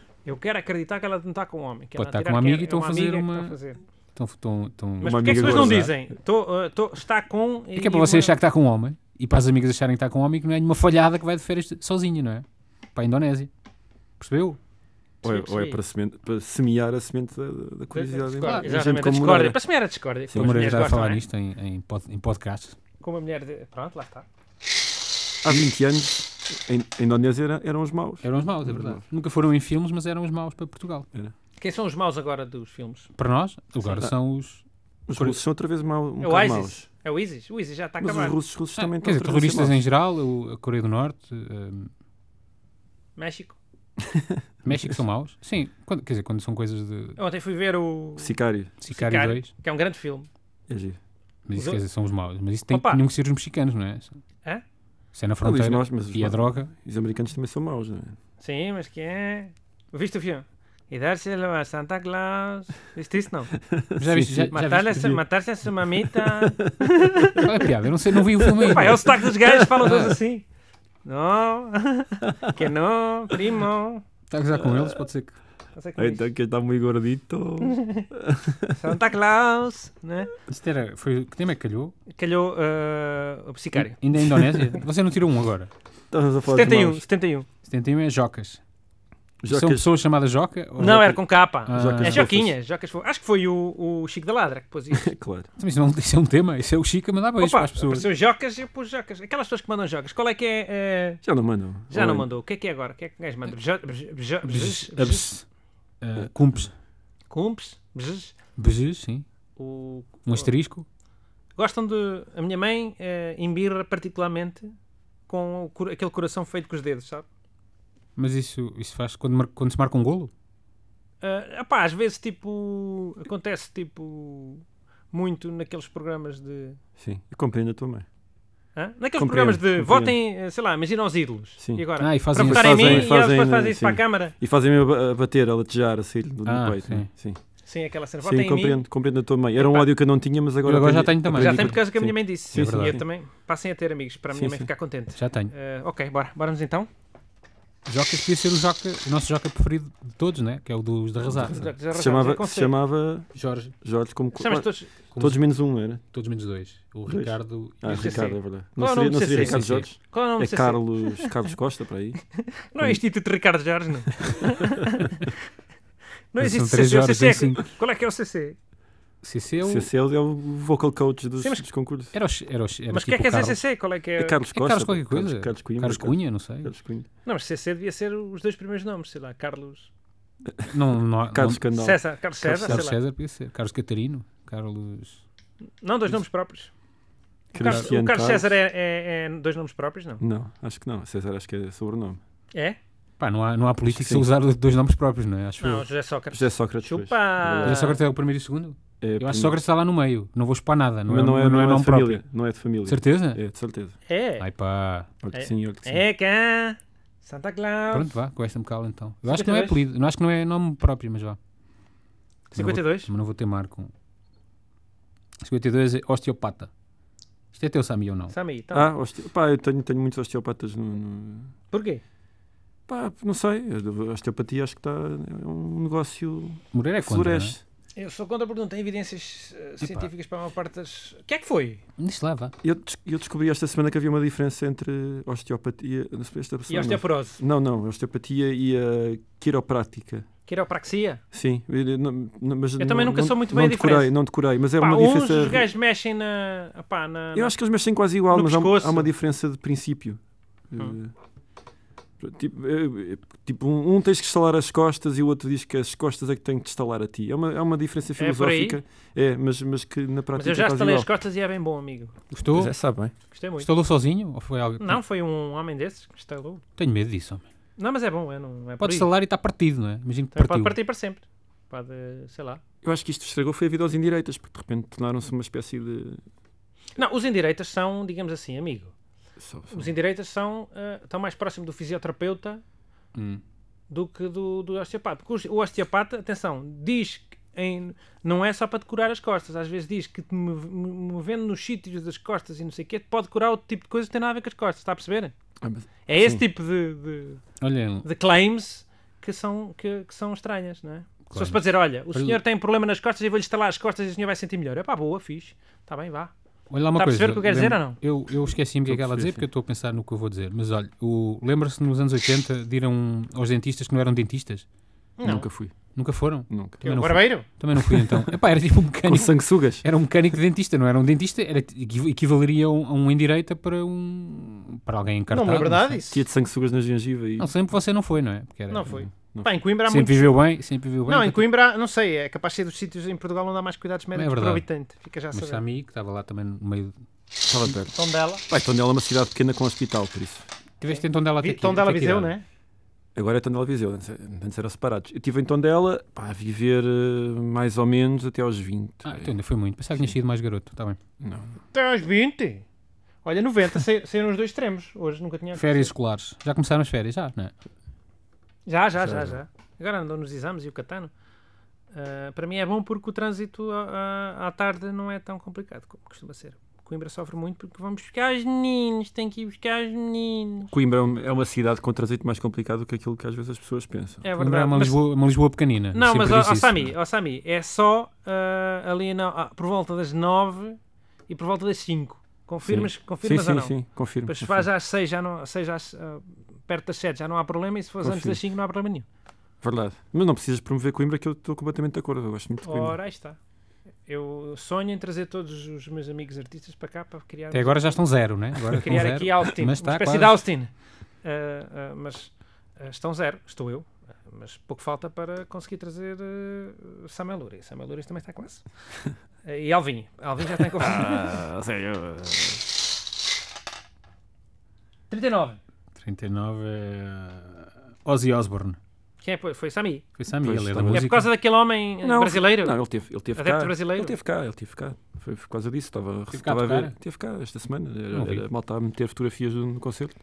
Pode estar com uma amiga e estão a fazer uma... Mas porquê é que as pessoas não dizem? Está com... É que é para você achar que está com um homem e para as amigas acharem que está com um homem que não é nenhuma falhada que vai de férias sozinha, não é? Para a Indonésia. Percebeu? Ou é para semear a semente da curiosidade. Exatamente, a discórdia. Para semear a discórdia. Sim, mas já a falar nisto em podcasts. Como a mulher... Pronto, lá está. Há 20 anos, a Indonésia eram os maus. Eram os maus, é verdade. Nunca foram em filmes, mas eram os maus para Portugal. Quem são os maus agora dos filmes? Para nós, agora são os... Os russos são outra vez maus. É o ISIS. É o ISIS. O ISIS já está a acabar. Mas os russos também estão... Quer dizer, terroristas em geral, a Coreia do Norte... México. México são maus? Sim. Quer dizer, quando são coisas de... Ontem fui ver o... Sicário 2. Que é um grande filme. É giro. Mas isso, quer dizer, são os maus. Mas isso tinham que ser os mexicanos, não é? É? Isso é na fronteira. E a droga. Os americanos também são maus, não é? Sim, mas que é... Viste o filme? E dar-se-lo a Santa Claus. Viste isso, não? Já viste? Matar-se a sua mamita. Qual é a piada? Eu não sei, não vi o filme ainda. É o sotaque dos gajos, falam todos assim. Não, que não, primo. Está a gozar com eles? Pode ser que... Então que está muito gordito. Santa Claus, né? Que tema é que calhou? Calhou o Sicário. Ainda é Indonésia? Você não tirou um agora? Estamos a falar 71. 71 é Jocas. São pessoas chamadas Joca? Não, era com capa. É Joquinhas. Acho que foi o Chico da Ladra que pôs isso. Claro. Isso é um tema. Isso é o Chico a mandar beijos para as pessoas. Apareceu Jocas e eu pus Jocas. Aquelas pessoas que mandam Jocas. Qual é que é? Já não mandam. Já não mandou. O que é agora? O que é que o gajo manda? Cumpes. Cumpes. Bejus, sim. Um asterisco. Gostam de... A minha mãe embirra particularmente com aquele coração feito com os dedos, sabe? Mas isso faz quando se marca um golo? Às vezes, tipo... Acontece, tipo... Muito naqueles programas de... Sim, eu compreendo a tua mãe. Naqueles Compreendo, programas de compreendo. votem, sei lá, imagina os ídolos. Sim. E agora, E para fazem votar em mim, e eles fazem, depois fazem isso sim. para a Câmara. E fazem a bater, a latejar, a sair do peito. sim. Né? Sim, Sim, aquela cena. sim, Votem em mim. compreendo a tua mãe. Era um Epá. ódio que eu não tinha, mas agora... Eu agora já aprendi- tenho também. Já aprendi tem por causa que a sim. minha mãe disse. Sim, E verdade. eu também. Passem a ter amigos, para a minha mãe sim. ficar contente. Já tenho. Ok, bora-nos então. Jocas podia ser o nosso joca preferido de todos, né? Que é o dos de arrasar. Já Se arranjamos, chamava Jorge, Jorge como... Chamas todos. Todos menos um, era? todos menos dois. O Dois. Ricardo e Ah, o CC. Ricardo, é verdade. Qual é o Não nome do seria CC? Ricardo CC. Jorge? Qual é o nome É do CC? Carlos Costa, para aí. Não é Instituto Ricardo Jorge, não. Não Mas existe são 3 CC. O horas CC em 5. qual é que é o CC? CC é o... CC é o vocal coach dos, Sim, mas- dos concursos. Era Mas o que tipo é Carlos. CC? Qual é que é? É Carlos É Costa. Carlos qualquer coisa. Carlos Cunha. Carlos Cunha, não sei. Carlos Cunha. Não, mas CC devia ser os dois primeiros nomes, sei lá, Carlos... Não, Carlos Candal. César, Carlos César, Carlos sei lá. César podia ser. Carlos Catarino. Carlos... Não, dois nomes próprios. O Cristiano Carlos Carlos. César é dois nomes próprios, não? Não, acho que não. César acho que é sobrenome. É? Pá, não há políticos Sim. a usar dois nomes próprios, não é? Acho Não, eu. José Sócrates. José Sócrates. pois. Chupa! Mas Sócrates é o primeiro e o segundo? É, Eu acho que Sócrates está lá no meio. Não vou chupar nada. Mas não é nome de família. próprio. Não é de família. Certeza? É, de certeza. É. Ai pá. Olha que É. sim, olha que sim. É cá. Santa Claus. Pronto, vá. Com esta-me cala então. Eu acho que não é 52. apelido. Não acho que não é nome próprio, mas vá. 52? Mas não vou teimar com... 52 é osteopata. Isto é teu, Sami, ou não? Sami, então. Pá, eu tenho muitos osteopatas no... Porquê? Pá, não sei. A osteopatia acho que é um negócio Moreira é que contra, não é? floresce. Eu sou contra porque não tem evidências científicas para a maior parte das... O que é que foi? Diz lá, vá. Eu descobri esta semana que havia uma diferença entre osteopatia... Não sei, esta E semana, a osteoporose? não, a osteopatia e a quiroprática. Quiropraxia? Sim, mas Eu também nunca sou muito bem a diferença. Não decorei, mas é Pá, uma uns diferença... os gajos mexem na... Eu acho que eles mexem quase igual, no mas pescoço. há uma diferença de princípio. Tipo, um tens que estalar as costas e o outro diz que as costas é que têm que te estalar a ti. É uma diferença É por aí? filosófica. Mas que na prática Mas eu já é quase estalei as igual. costas e é bem bom, amigo. Gostou? Pois é, sabe bem. Gostei muito. Instalou sozinho? Ou foi algo? Não, foi um homem desses que instalou. Tenho medo disso, homem. Não, mas é bom, não é por Pode aí. instalar e está partido, não é? Imagino que Também partiu. pode partir para sempre. Pode, sei lá. Eu acho que isto estragou foi a vida aos indireitas, porque de repente tornaram-se uma espécie de... Não, os indireitas são, digamos assim, amigo. Só- Os indireitas estão mais próximos do fisioterapeuta do que do osteopata. Porque o osteopata, atenção, diz que não é só para te curar as costas. Às vezes diz que te movendo nos sítios das costas e não sei o quê, te pode curar outro tipo de coisa que tem nada a ver com as costas. Está a perceber? mas- É esse sim. tipo de Olha, claims que são estranhas, não é? Se fosse para dizer, olha, o senhor tem um problema nas costas e vou-lhe instalar as costas e o senhor vai sentir melhor. É pá, boa, fixe. Está bem, vá. olha lá uma Está a coisa. perceber o que eu quero dizer ou não? Eu esqueci-me o que é que ela a dizer Sim. porque eu estou a pensar no que eu vou dizer. Mas olha, lembra-se nos anos 80 de ir aos dentistas que não eram dentistas? Não. Nunca fui. Nunca foram? Nunca. Também O não fui. barbeiro? Também não fui então. Epá, era tipo um Com mecânico. sanguessugas. Era um mecânico de dentista, não era um dentista, equivaleria a um indireita para alguém encartado. Não é verdade sei. isso. Tinha de sanguessugas na gengiva e... Não, sempre você não foi, não é? Porque era, Não foi. Não. Pá, em Coimbra há Sempre muitos... viveu bem, sempre viveu bem. Não, em Coimbra, não sei, é capaz de ser dos sítios em Portugal onde há mais cuidados médicos por verdade. habitante. Fica já a Mas saber. Sami, que estava lá também no meio... Estava perto. Tondela. Tondela é uma cidade pequena com hospital, por isso. Tiveste em Tondela até aqui. Tondela Viseu, não é? Agora é Tondela Viseu, antes eram separados. Eu estive em Tondela a viver mais ou menos até aos 20. Ah, então ainda foi muito. Pensava que tinha sido mais garoto. Está bem. Não. Até aos 20. Olha, 90 saíram os dois extremos. Hoje nunca tinha... Férias escolares. Já começaram as férias? Já, não é? Já. Agora andam nos exames e o catano. Para mim é bom porque o trânsito à tarde não é tão complicado como costuma ser. Coimbra sofre muito porque vamos buscar os meninos, tem que ir buscar os meninos. Coimbra é uma cidade com trânsito mais complicado do que aquilo que às vezes as pessoas pensam. É Coimbra é verdade. uma Lisboa pequenina. Não, Sempre mas disse isso. Sami, é só ali por volta das 9 e por volta das 5. Confirmas ou não? Sim, confirmo. Depois se faz às 6, perto das 7 já não há problema e se fores antes Confirmo. das 5 não há problema nenhum. Verdade. Mas não precisas promover Coimbra, que eu estou completamente de acordo. Eu gosto muito de Coimbra. Ora, aí está. Eu sonho em trazer todos os meus amigos artistas para cá para criar... Até agora já estão zero, né? Agora estão criar zero. aqui Austin, Mas uma está espécie quase. de Austin. Mas estão zero, estou eu. Mas pouco falta para conseguir trazer Samuel Luris. Samuel Luris também está quase. E Alvin. Alvin já tem confirmado. Sério. 39. 39 é... Ozzy Osbourne. Quem é? Foi Sami. Foi Sami, Pois, ele é da também. música. É por causa daquele homem brasileiro? Não, ele teve Adepto cá. brasileiro? Ele teve cá. Foi por causa disso. Teve cá a Estava a ver. tocar? Teve cá esta semana. Não vi. A malta a meter fotografias no concerto.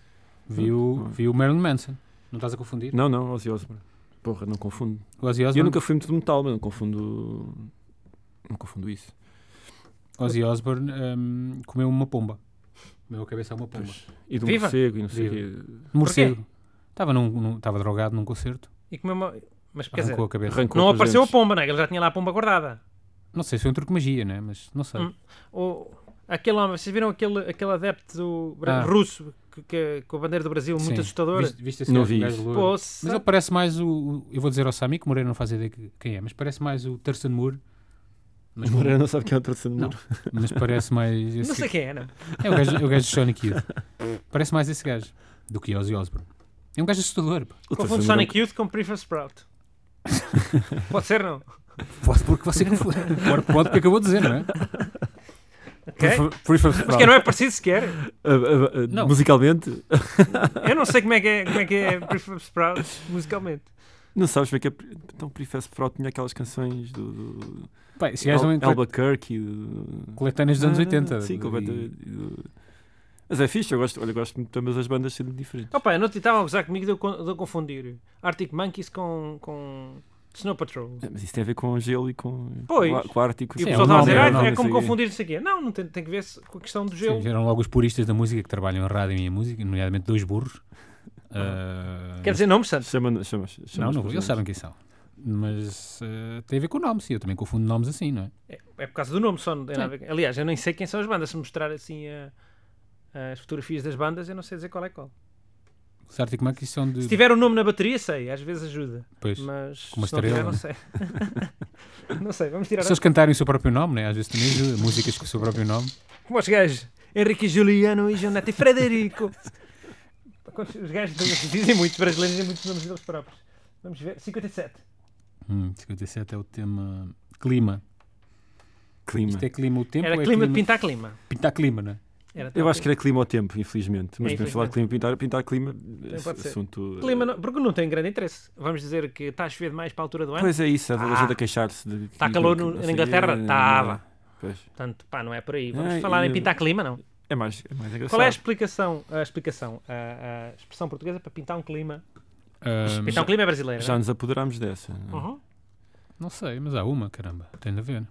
Viu o Marilyn Manson. Não estás a confundir? Não, Ozzy Osbourne. Porra, não confundo. O Ozzy Eu Osbourne, nunca fui muito de metal, mas não confundo isso. Ozzy Osbourne comeu uma pomba. Comeu a cabeça a uma pomba. E de um Viva? morcego e não sei o Viva. quê. Morcego. Estava drogado num concerto. E comeu uma... Mas quer dizer, Arrancou a cabeça. Arrancou não com os apareceu a dentes. pomba, não é? Ele já tinha lá a pomba guardada. Não sei se foi um truque de magia, né? Mas não sei. Aquele homem, vocês viram aquele adepto russo com a bandeira do Brasil, muito Sim. assustador? Viste esse Não gajo, vi um gajo isso. louro? Poça. Mas ele parece mais eu vou dizer ao Sami, que o Moreira não faz ideia quem é, mas parece mais o Thurston Moore. Mas, Mas Moreira não sabe que é o Terceiro Não. Muro. mas parece mais esse Não sei quem é, não. É o gajo de Sonic Youth. Parece mais esse gajo do que Ozzy Osbourne. É um gajo assustador. Pá. Confundo Sonic Youth com Prefab Sprout. Pode ser, não? Pode porque você confunde. Pode porque acabou de dizer, não é? Ok? Prefab Mas Sprout. que não é parecido sequer. Não. Musicalmente, Eu não sei como é que é Prefab Sprout musicalmente. não sabes bem que então Prefab Sprout tinha aquelas canções do Pá, esse gajo é um Albuquerque. coletâneas dos anos 80. Sim, completamente. Mas é fixe, eu gosto muito de ambas as bandas sendo diferentes. Opa, eu não estava a gozar comigo de eu confundir Arctic Monkeys com Snow Patrol. Mas isso tem a ver com gelo e com Pois. com Ártico. E o Sim, pessoal é estava a o dizer, nome, é não como sei o quê. confundir isso aqui. Não tem que ver com a questão do gelo. Sim, vieram logo os puristas da música que trabalham em rádio e em música, nomeadamente dois burros. Quer dizer nomes, Santos? Não, eles sabem quem são. Mas tem a ver com o nome, sim. Eu também confundo nomes assim, não é? É por causa do nome só. Não tem nada a ver. Aliás, eu nem sei quem são as bandas. Se me mostrar assim as fotografias das bandas, eu não sei dizer qual é qual. Os Arctic Monkeys são de... Se tiver o nome na bateria, sei. Às vezes ajuda. Pois, Mas com uma se não tiver, estrela. não sei. Não sei, vamos tirar se eles cantarem o seu próprio nome, né? Às vezes também ajuda. Músicas com o seu próprio nome. como os gajos. Henrique, Juliano e Jonete e Frederico. Os gajos dizem muitos brasileiros, dizem muitos nomes deles próprios. Vamos ver. 57. 57 é o tema clima. Clima. Isto é clima o tempo Era ou é clima de pintar clima. Pintar clima, não é? Era Eu acho que era clima ao tempo, infelizmente. Mas podemos falar de infelizmente. clima, pintar clima, pode ser. assunto... clima não, porque não tem grande interesse. Vamos dizer que está a chover demais para a altura do ano. Pois é isso, a gente a queixar-se. Está calor na Inglaterra? Estava. Pois. Portanto, pá, não é por aí. Vamos Ah, falar em e- pintar clima, não. É mais engraçado. Qual é a explicação? A expressão portuguesa para pintar um clima? Pintar um clima é brasileiro, Já não nos apoderámos dessa. é? Uhum. Não sei, mas há uma, caramba. Tem de haver.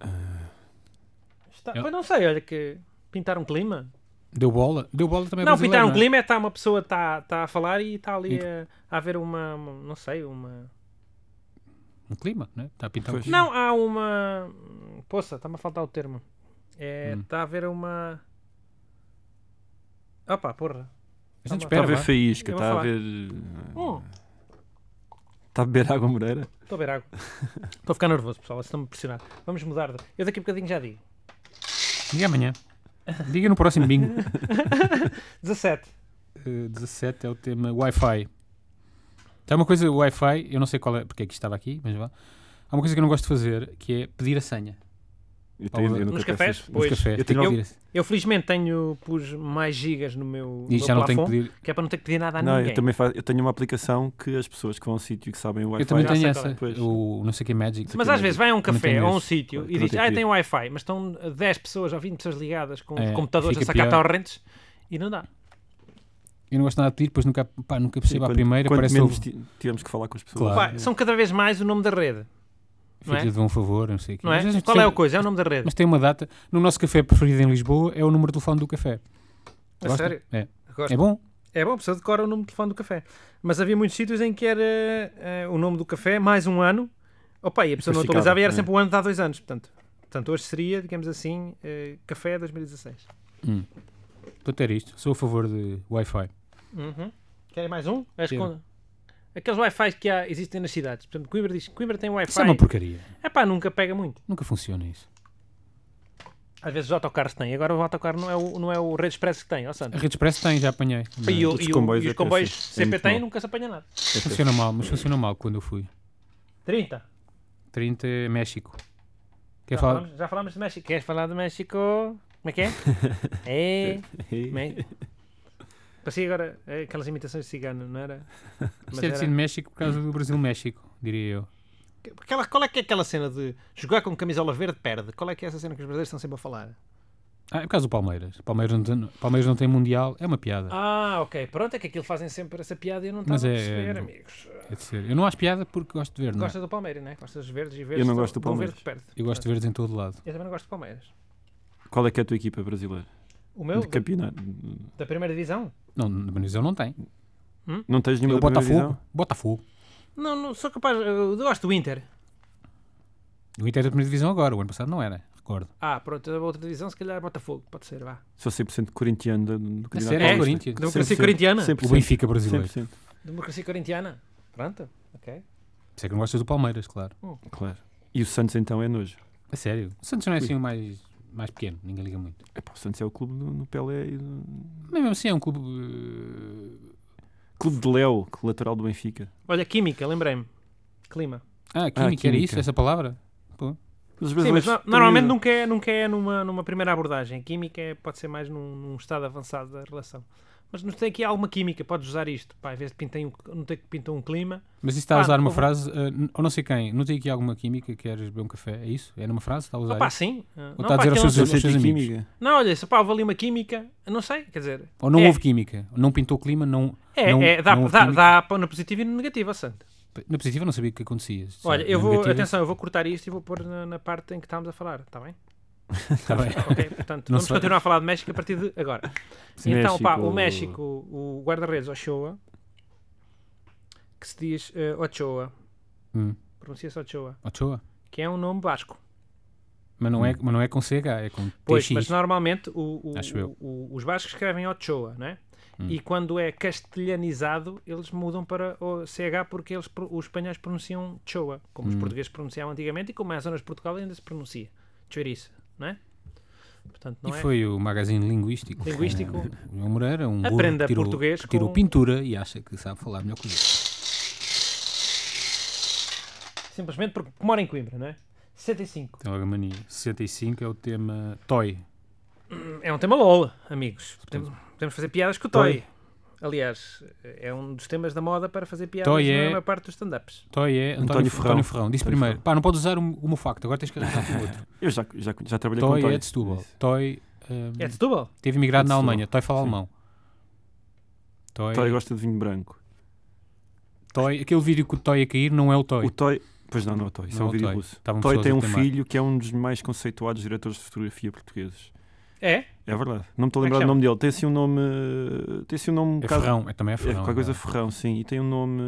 Pois não sei, olha que pintar um clima. Deu bola? Deu bola também é não, brasileiro, pintar um não é? clima é estar uma pessoa está a falar e está ali a haver não sei, uma... Um clima, né? Está a pintar um Pois. clima. Não, há uma... Poça, está-me a faltar o termo. Está a haver uma... Opa, porra. A gente Está espera, a ver vá. faísca, Eu vou está a falar. ver... Está a beber água Moreira? Estou a beber água. Estou a ficar nervoso, pessoal. Vocês estão-me a pressionar. Vamos mudar. Eu daqui a bocadinho já digo. Diga amanhã. Diga no próximo bingo. 17. 17 é o tema Wi-Fi. Há uma coisa, o Wi-Fi, eu não sei qual é, porque é que estava aqui, mas vá. Há uma coisa que eu não gosto de fazer, que é pedir a senha. Eu Nos nunca cafés? peço- Pois. Nos cafés. Eu Tem que tenho- pedir a senha. Eu felizmente pus mais gigas no meu, E já não tenho que plafond, pedir. que é para não ter que pedir nada a Não, ninguém. eu também eu tenho uma aplicação que as pessoas que vão a um sítio e que sabem o Wi-Fi... Eu também já tenho sei essa, qual é. Pois. o não sei o que Magic. Mas às vezes vai a um Também café tenho ou a um esse. sítio Claro, e que diz, não tem que tem Wi-Fi, mas estão 10 pessoas ou 20 pessoas ligadas com É, computadores a fica sacar pior. torrents e não dá. Eu não gosto nada de pedir, depois nunca percebo à primeira. Quanto Parece menos que tivemos que falar com as pessoas. Claro. Pá, são cada vez mais o nome da rede, não é? filha de um favor, não sei o quê. Não é? Às vezes Qual é a percebo- coisa? É o nome da rede. Mas tem uma data. No nosso café preferido em Lisboa é o número de telefone do café. A Gosta? sério? É. Gosto. É bom? É bom, a pessoa decora o número de telefone do café. Mas havia muitos sítios em que era o nome do café, mais um ano. Opa, e a pessoa não Depois atualizava e era ficava, sempre o ano de há 2 anos. Portanto, hoje seria, digamos assim, café 2016. Portanto, era isto. Sou a favor de Wi-Fi. Uhum. Querem mais um? Quero. Aqueles Wi-Fi que existem nas cidades. Portanto, Coimbra diz que Coimbra tem Isso é Wi-Fi. uma porcaria. Epá, nunca pega muito. Nunca funciona isso. Às vezes os autocarros têm. Agora o autocarro não é o Rede Expresso que tem, ó A Santos. Rede Express tem, já apanhei. Mas E os comboios os é comboios péssimo. É CP muito têm mau. nunca se apanha nada. funciona mal, mas funciona mal quando eu fui. 30. 30 é México. Quer falar? Já falámos de México. Queres falar de México? Como é que é? É. Passei agora aquelas imitações de cigano, não era? Isto é de ser de México por causa do Brasil-México, diria eu. Qual é que é aquela cena de jogar com camisola verde perde? Qual é que é essa cena que os brasileiros estão sempre a falar? É por causa do Palmeiras. Palmeiras não tem Mundial, é uma piada. Ok. Pronto, é que aquilo fazem sempre essa piada e eu não estava Mas a perceber, amigos. É de ser. Eu não acho piada porque gosto de verde. Gosta do Palmeiras, não é? Gostas dos verdes e verdes. Eu não gosto do Palmeiras. Verde que perde. Eu gosto de verdes em todo lado. Eu também não gosto do Palmeiras. Qual é que é a tua equipa brasileira? O meu? De campeonato? Da primeira divisão? Não, na divisão não tem. Não tens nenhuma Eu da primeira divisão? Botafogo. Não, sou capaz. Eu gosto do Inter. O Inter é da primeira divisão agora, o ano passado não era, recordo. Pronto, a outra divisão se calhar é Botafogo. Pode ser, vá. Sou 100% corintiano do campeonato. sério? É, paulista. Corinthians. Democracia 100%. corintiana? 100%. O Benfica brasileiro. 100%. Democracia corintiana? Pronto, ok. Por isso é que não gostas do Palmeiras, claro. Claro. E o Santos então é nojo. É sério. O Santos não é assim o mais pequeno, ninguém liga muito. Epá, o Santos é o clube no Pelé. Mas mesmo assim é um clube... Clube de Léo, lateral do Benfica. Olha, Química, lembrei-me. Clima. Química, era Química. isso, essa palavra? Os Sim, brasileiros mas normalmente nunca é numa primeira abordagem. Química pode ser mais num estado avançado da relação. Mas não tem aqui alguma química, podes usar isto. Pá, em vez de não ter que pintar um clima. Mas isso está a usar uma frase, ou não sei quem, não tem aqui alguma química, queres beber um café? É isso? É numa frase? Está a usar isso? Sim. Ou está a dizer aos seus amigos? química. Não, olha, se pá, houve ali uma química, eu não sei, quer dizer... Ou não houve química? Não pintou o clima? Não houve Dá na positiva e na negativa, Santo. Na positiva não sabia o que acontecia. Olha, Na atenção, eu vou cortar isto e vou pôr na parte em que estávamos a falar, está bem? Está bem. Ok, portanto, vamos continuar a falar de México a partir de agora. Sim, então, pá, o México, o guarda-redes Ochoa, que se diz Ochoa, pronuncia-se Ochoa, que é um nome basco. Mas não é com CH, é com Pois, TX. mas normalmente os bascos escrevem Ochoa, não é? E quando é castelhanizado, eles mudam para o CH porque os espanhóis pronunciam Choa, como os portugueses pronunciavam antigamente e como é a zona de Portugal ainda se pronuncia. Chouriça, não é? Portanto, não foi o magazine linguístico. O João Moreira, um burro que tirou pintura e acha que sabe falar melhor que eu. Simplesmente porque mora em Coimbra, não é? 65. Tem logo a mania. 65 é o tema Toy. É um tema LOL, amigos. Podemos fazer piadas com o Toy. Aliás, é um dos temas da moda para fazer piadas na maior parte dos stand-ups. Toy é António Ferrão. Disse primeiro. Não podes usar o meu facto, agora tens que arranjar com o outro. Eu já trabalhei com Toy. Toy é de Setúbal. Toy é de Setúbal? Teve imigrado na Alemanha. Toy fala alemão. Toy gosta de vinho branco. Toy, aquele vídeo que o Toy a cair não é o Toy. O Toy... Pois não é o Toy. Isso é um vídeo russo. Toy tem um filho que é um dos mais conceituados diretores de fotografia portugueses. É? É verdade. Não me estou a lembrar do nome dele. Tem assim um nome... É Ferrão. Também é Ferrão. É qualquer coisa Ferrão, sim. E tem um nome...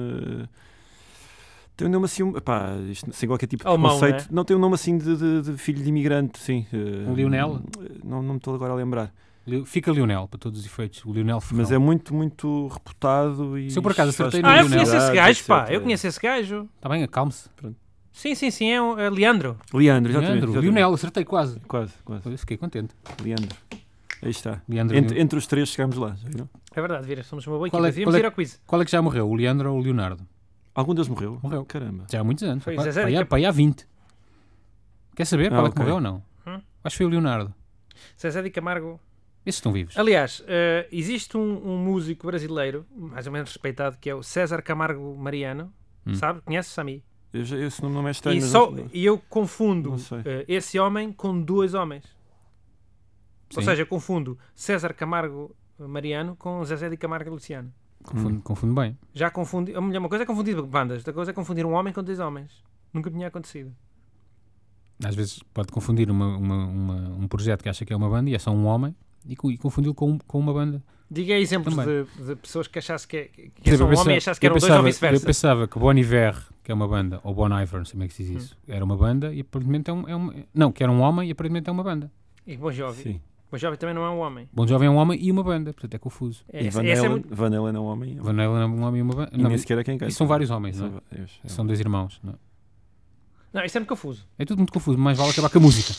Tem um nome assim... Pá, isto, sem qualquer tipo de conceito. Não, tem um nome assim de filho de imigrante, sim. Um Lionel? Não me estou agora a lembrar. Fica Lionel, para todos os efeitos. O Lionel Ferrão. Mas é muito, muito reputado e... Se eu por acaso acertei no Lionel... eu conheço esse gajo, pá. Eu conheço esse gajo. Está bem, acalme-se. Sim. É Leandro. Leandro, exatamente. Lionel, acertei quase. Quase. Fiquei contente. Leandro. Aí está. Leandro, entre os três chegámos lá. Viram? É verdade, Vira. Somos uma boa equipa. Devíamos ir ao quiz. Qual é que já morreu? O Leandro ou o Leonardo? Algum deles morreu? Morreu. Caramba. Já há muitos anos. Foi para aí há 20. Quer saber qual é que morreu ou não? Acho que foi o Leonardo. Zezé de Camargo. Esses estão vivos. Aliás, existe um músico brasileiro, mais ou menos respeitado, que é o César Camargo Mariano. Sabe? Conhece, Sami? Esse nome não é estranho. E eu confundo esse homem com dois homens. Sim. Ou seja, eu confundo César Camargo Mariano com Zezé de Camargo Luciano. Confundo bem. Já confundi. Uma coisa é confundir bandas, outra coisa é confundir um homem com dois homens. Nunca tinha acontecido. Às vezes pode confundir um projeto que acha que é uma banda e é só um homem e confundi-lo com uma banda. Diga aí exemplos de pessoas que achasse que era um homem e achasse que eram dois ou vice-versa. Eu pensava que Bon Iver, que é uma banda, ou Bon Iver, não sei como é que se diz isso, era uma banda e aparentemente não, que era um homem e aparentemente é uma banda. E Bon Jovi? Sim. Bon Jovi também não é um homem. Bon Jovi é um homem e uma banda, portanto é confuso. E Van Halen é um homem. Van Halen é um homem e uma banda. E nem sequer é quem canta. E são vários homens, não é? São dois irmãos. Não, isso é muito confuso. É tudo muito confuso, mas vale acabar com a música.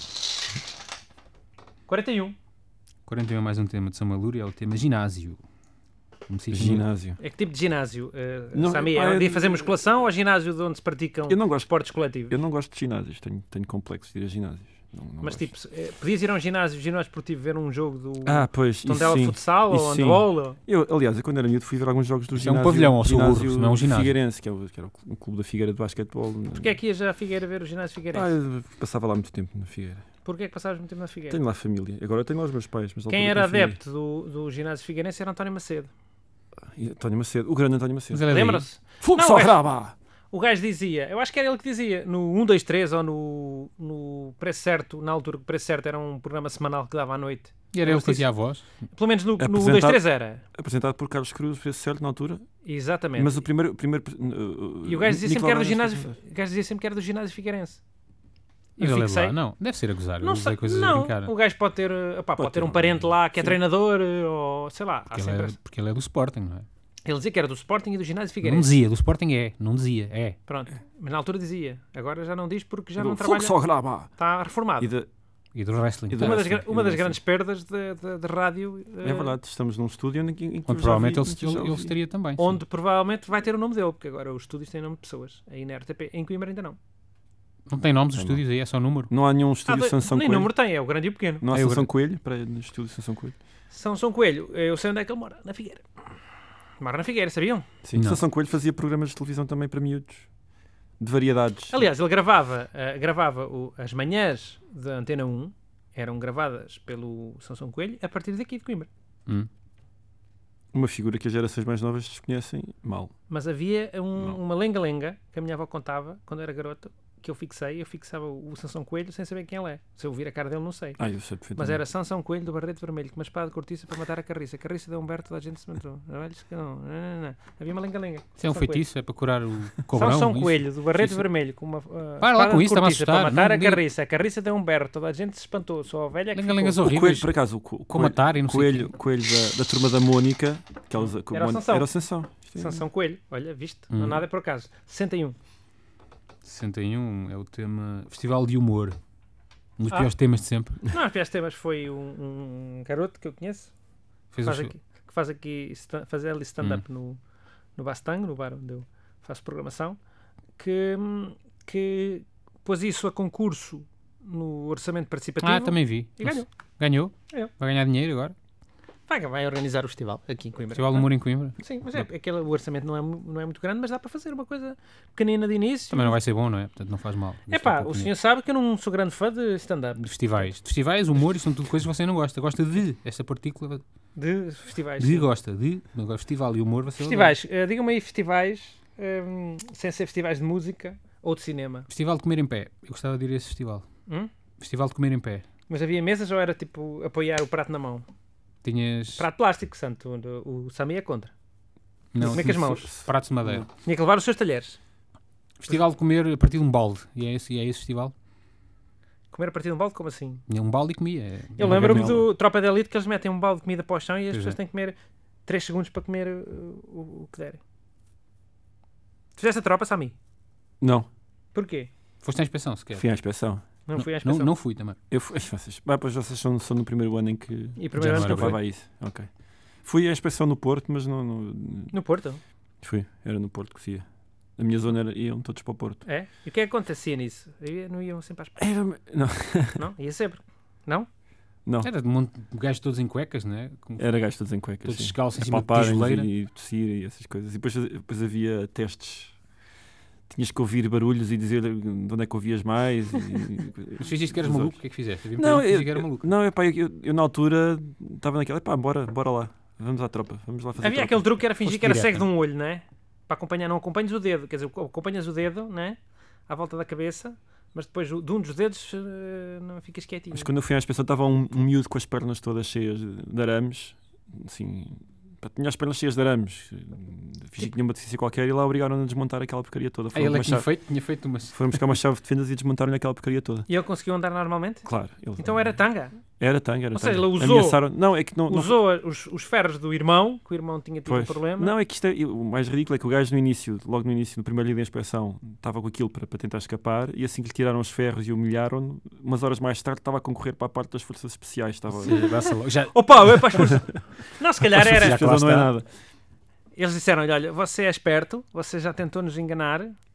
41 é mais um tema de Samuel Luria, é o tema ginásio. Ginásio. É que tipo de ginásio? Sami, é de fazer musculação ou ginásio de onde se praticam esportes coletivos? Eu não gosto de ginásios, tenho complexos de ir a ginásios. Mas gosto. tipo, podias ir a um ginásio esportivo ver um jogo do Pois, Tondela isso sim. futsal Isso ou sim. handball? Aliás, eu quando era miúdo fui ver alguns jogos do Isso é um ginásio. pavilhão ao seu burro, não é um ginásio. Figueirense, que era o clube da Figueira de basquetebol. Porquê é que ias à Figueira ver o ginásio Figueirense? Eu passava lá muito tempo na Figueira. Porquê é que passavas muito tempo na Figueira? Tenho lá família. Agora eu tenho lá os meus pais. Mas Quem era adepto do ginásio Figueirense era António Macedo. António Macedo, o grande António Macedo. Mas ele é daí. Lembra-se? Fogo Não, só o gajo- grava! O gajo dizia, eu acho que era ele que dizia, no 1, 2, 3 ou no Preço Certo, na altura que o Preço Certo era um programa semanal que dava à noite. E era ele que fazia a voz. Pelo menos no 1, 2, Apresentado- 3 era. Apresentado por Carlos Cruz, preço certo na altura. Exatamente. Mas o primeiro E o gajo dizia sempre que era do ginásio, Nicolau o gajo dizia sempre que era do ginásio Figueirense. Mas Eu ele é fixei. lá. Não, deve ser a gozar. Não Ele sei, dizer coisas a não. brincar. O gajo pode ter um parente lá que é Sim. treinador ou sei lá. Há Porque sempre ele, porque ele é do Sporting, não é? Ele dizia que era do Sporting e do ginásio Não Figueirense. dizia, do Sporting é. Não dizia, é. Pronto. Mas na altura dizia. Agora já não diz porque já não Fogo trabalha. só grava! Está reformado. E E do wrestling. E do Uma wrestling. das grandes perdas de rádio. É verdade, estamos num estúdio em que eu Onde já provavelmente vi- que eu já ele ouvi. estaria também. sim. Onde provavelmente vai ter o nome dele, porque agora os estúdios têm nome de pessoas. Aí na RTP. Em Coimbra ainda não. Não tem nomes os Tem estúdios aí, é só número. Não há nenhum estúdio Sansão nem Coelho. número tem, é o grande e o pequeno. Não há É o Sansão grande. Coelho para no estúdio Sansão Coelho. São Coelho, eu sei onde é que ele mora. Na Figueira. Mora na Figueira, sabiam? Sim, Não. Sansão Coelho fazia programas de televisão também para miúdos. De variedades. Aliás, ele gravava as manhãs da Antena 1, eram gravadas pelo Sansão Coelho, a partir daqui de Coimbra. Uma figura que as gerações mais novas desconhecem mal. Mas havia Não. uma lenga-lenga que a minha avó contava quando eu era garoto, que eu fixava o Sansão Coelho sem saber quem ele é. Se eu vir a cara dele, não sei. Eu sei perfeitamente. Mas era Sansão Coelho do Barrete Vermelho, com uma espada de cortiça para matar a Carriça. Carriça de Humberto, toda a gente se matou. Não. Havia uma lenga-lenga. Isso é um Sansão Coelho. feitiço, é para curar o cobrão. Sansão isso. Coelho do Barrete Isso. Vermelho, com uma Para lá espada com de isso, está-me a cortiça para assustar. matar Não a diga- Carriça. A Carriça de Humberto, toda a gente se espantou. Só a velha que Lenga-lengas ficou. O horríveis. Coelho, por acaso, o Com Coelho, matar e não sei o quê. Coelho da turma da Mónica. Que eles, Era o Sansão. Era o Sansão. Sansão Coelho, olha, viste? Não nada é por acaso. 61. 61 é o tema Festival de Humor. Um dos piores temas de sempre. Não, os piores temas foi um garoto que eu conheço, Fez faz o aqui, que faz aqui faz ali stand-up no Bastang, no bar onde eu faço programação, que pôs isso a concurso no orçamento participativo. também vi. E ganhou. Ganhou? Ganhou. Vai ganhar dinheiro agora? Vai organizar o festival aqui em Coimbra. Festival de Humor em Coimbra. Sim, mas o orçamento não é muito grande, mas dá para fazer uma coisa pequenina de início. Também não vai ser bom, não é? Portanto, não faz mal. O senhor sabe que eu não sou grande fã de stand-up. De festivais. De festivais, humor, isso são tudo coisas que você não gosta. Gosta de essa partícula. De festivais. De sim. gosta. De. Agora, festival e humor, você Festivais. Digam-me aí festivais, sem ser festivais de música ou de cinema. Festival de comer em pé. Eu gostava de ir a esse festival. Festival de comer em pé. Mas havia mesas ou era tipo apoiar o prato na mão? Tinhas. Prato plástico, santo. O Sami é contra. Não, Comer com as tinhas mãos. pratos de madeira. Tinha que levar os seus talheres. Festival de comer a partir de um balde. E é esse festival. Comer a partir de um balde, como assim? Tinha um balde e comia. Eu lembro-me do Tropa de Elite que eles metem um balde de comida para o chão e as Pois pessoas é. têm que comer 3 segundos para comer o que derem. Fizeste a tropa, Sami? Não, Porquê? Foste à inspeção, se quer. fui à inspeção. Não fui à inspeção. Não fui também. Eu fui, pois vocês são no primeiro ano em que E primeiro ano Já não que eu era fui. levava a isso. Ok. Fui à inspeção no Porto, mas não. No Porto. Era no Porto que se ia. A minha zona iam todos para o Porto. É? E o que é que acontecia nisso? Não iam sempre às Não, Não? Ia sempre. Não? não. Era de um monte de gajos todos em cuecas, não é? Era gajo todos em cuecas. Todos sim. descalços em A cima de palparem-nos tijoleira. e tossir e essas coisas. E depois havia testes. Tinhas que ouvir barulhos e dizer de onde é que ouvias mais. Mas fizeste que eras maluco, o que é que fizeste? Havia Não, muita gente que dizia que era maluco. eu na altura estava naquela, bora lá, vamos à tropa, vamos lá fazer Havia tropa. aquele truque que era fingir Foste que era direta. cego de um olho, não é? Para acompanhar, não acompanhas o dedo. Quer dizer, acompanhas o dedo, não é? À volta da cabeça, mas depois de um dos dedos não ficas quietinho. Mas quando eu fui à inspeção estava um miúdo com as pernas todas cheias de arames, assim, tinha as pernas cheias de arames, fingi que tinha uma deficiência qualquer e lá obrigaram-no a desmontar aquela porcaria toda. Aí ele é que tinha feito uma... Foram buscar uma chave de fendas e desmontaram-lhe aquela porcaria toda. E ele conseguiu andar normalmente? Claro. Ele, Então era tanga. Era tanga. Ou seja, ele usou- Ameaçaram... Não, é que não... Usou os ferros do irmão, que o irmão tinha tido um Pois. problema. Não, é que o mais ridículo é que o gajo logo no início, no primeiro dia da inspeção, estava com aquilo para tentar escapar e assim que lhe tiraram os ferros e humilharam, umas horas mais tarde estava a concorrer para a parte das forças especiais. Estava... Já... Opa, eu para as forças... Não, se calhar era. Já que lá não é está. nada. Eles disseram-lhe, olha, você é esperto, você já tentou nos enganar,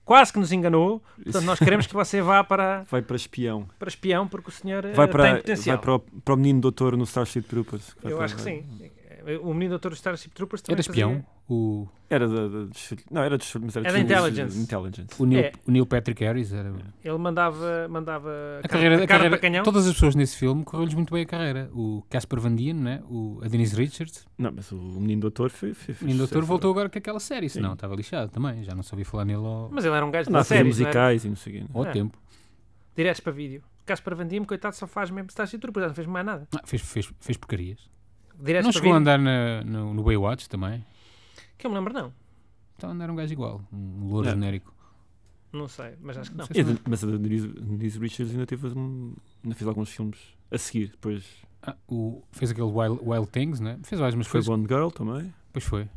quase que nos enganou. Portanto, nós queremos que você vá Vai para espião. para espião, porque o senhor Vai tem potencial. para o menino doutor no Starship Troopers. Eu acho que sim. O menino doutor do Starship Troopers também Era espião. Era não, era dos, mas era da Intelligence. O Neil Patrick Harris era... Ele mandava A carreira, para canhão. todas as pessoas nesse filme correu-lhes muito bem a carreira. O Casper Van Dien, né? A Denise Richards. Não, mas o menino doutor O menino doutor voltou agora com aquela série, senão estava lixado também. Já não sabia falar nele Mas ele era um gajo na de série. musicais e não sei o quê. ao tempo. Diretos para vídeo. O Casper Van Dien, coitado, só faz mesmo Starship Troopers, não fez mais nada. Fez porcarias. Diretos Não para chegou a vídeo. andar no Baywatch também? Que eu me lembro, não. Estava a andar um gajo igual, um louro Não. genérico. Não sei, mas acho que não. Não sei se Mas a Denise Richards ainda fez alguns filmes a seguir. Depois fez aquele Wild Things, né? Fez várias, mas foi foi. Bond Girl também. Depois foi.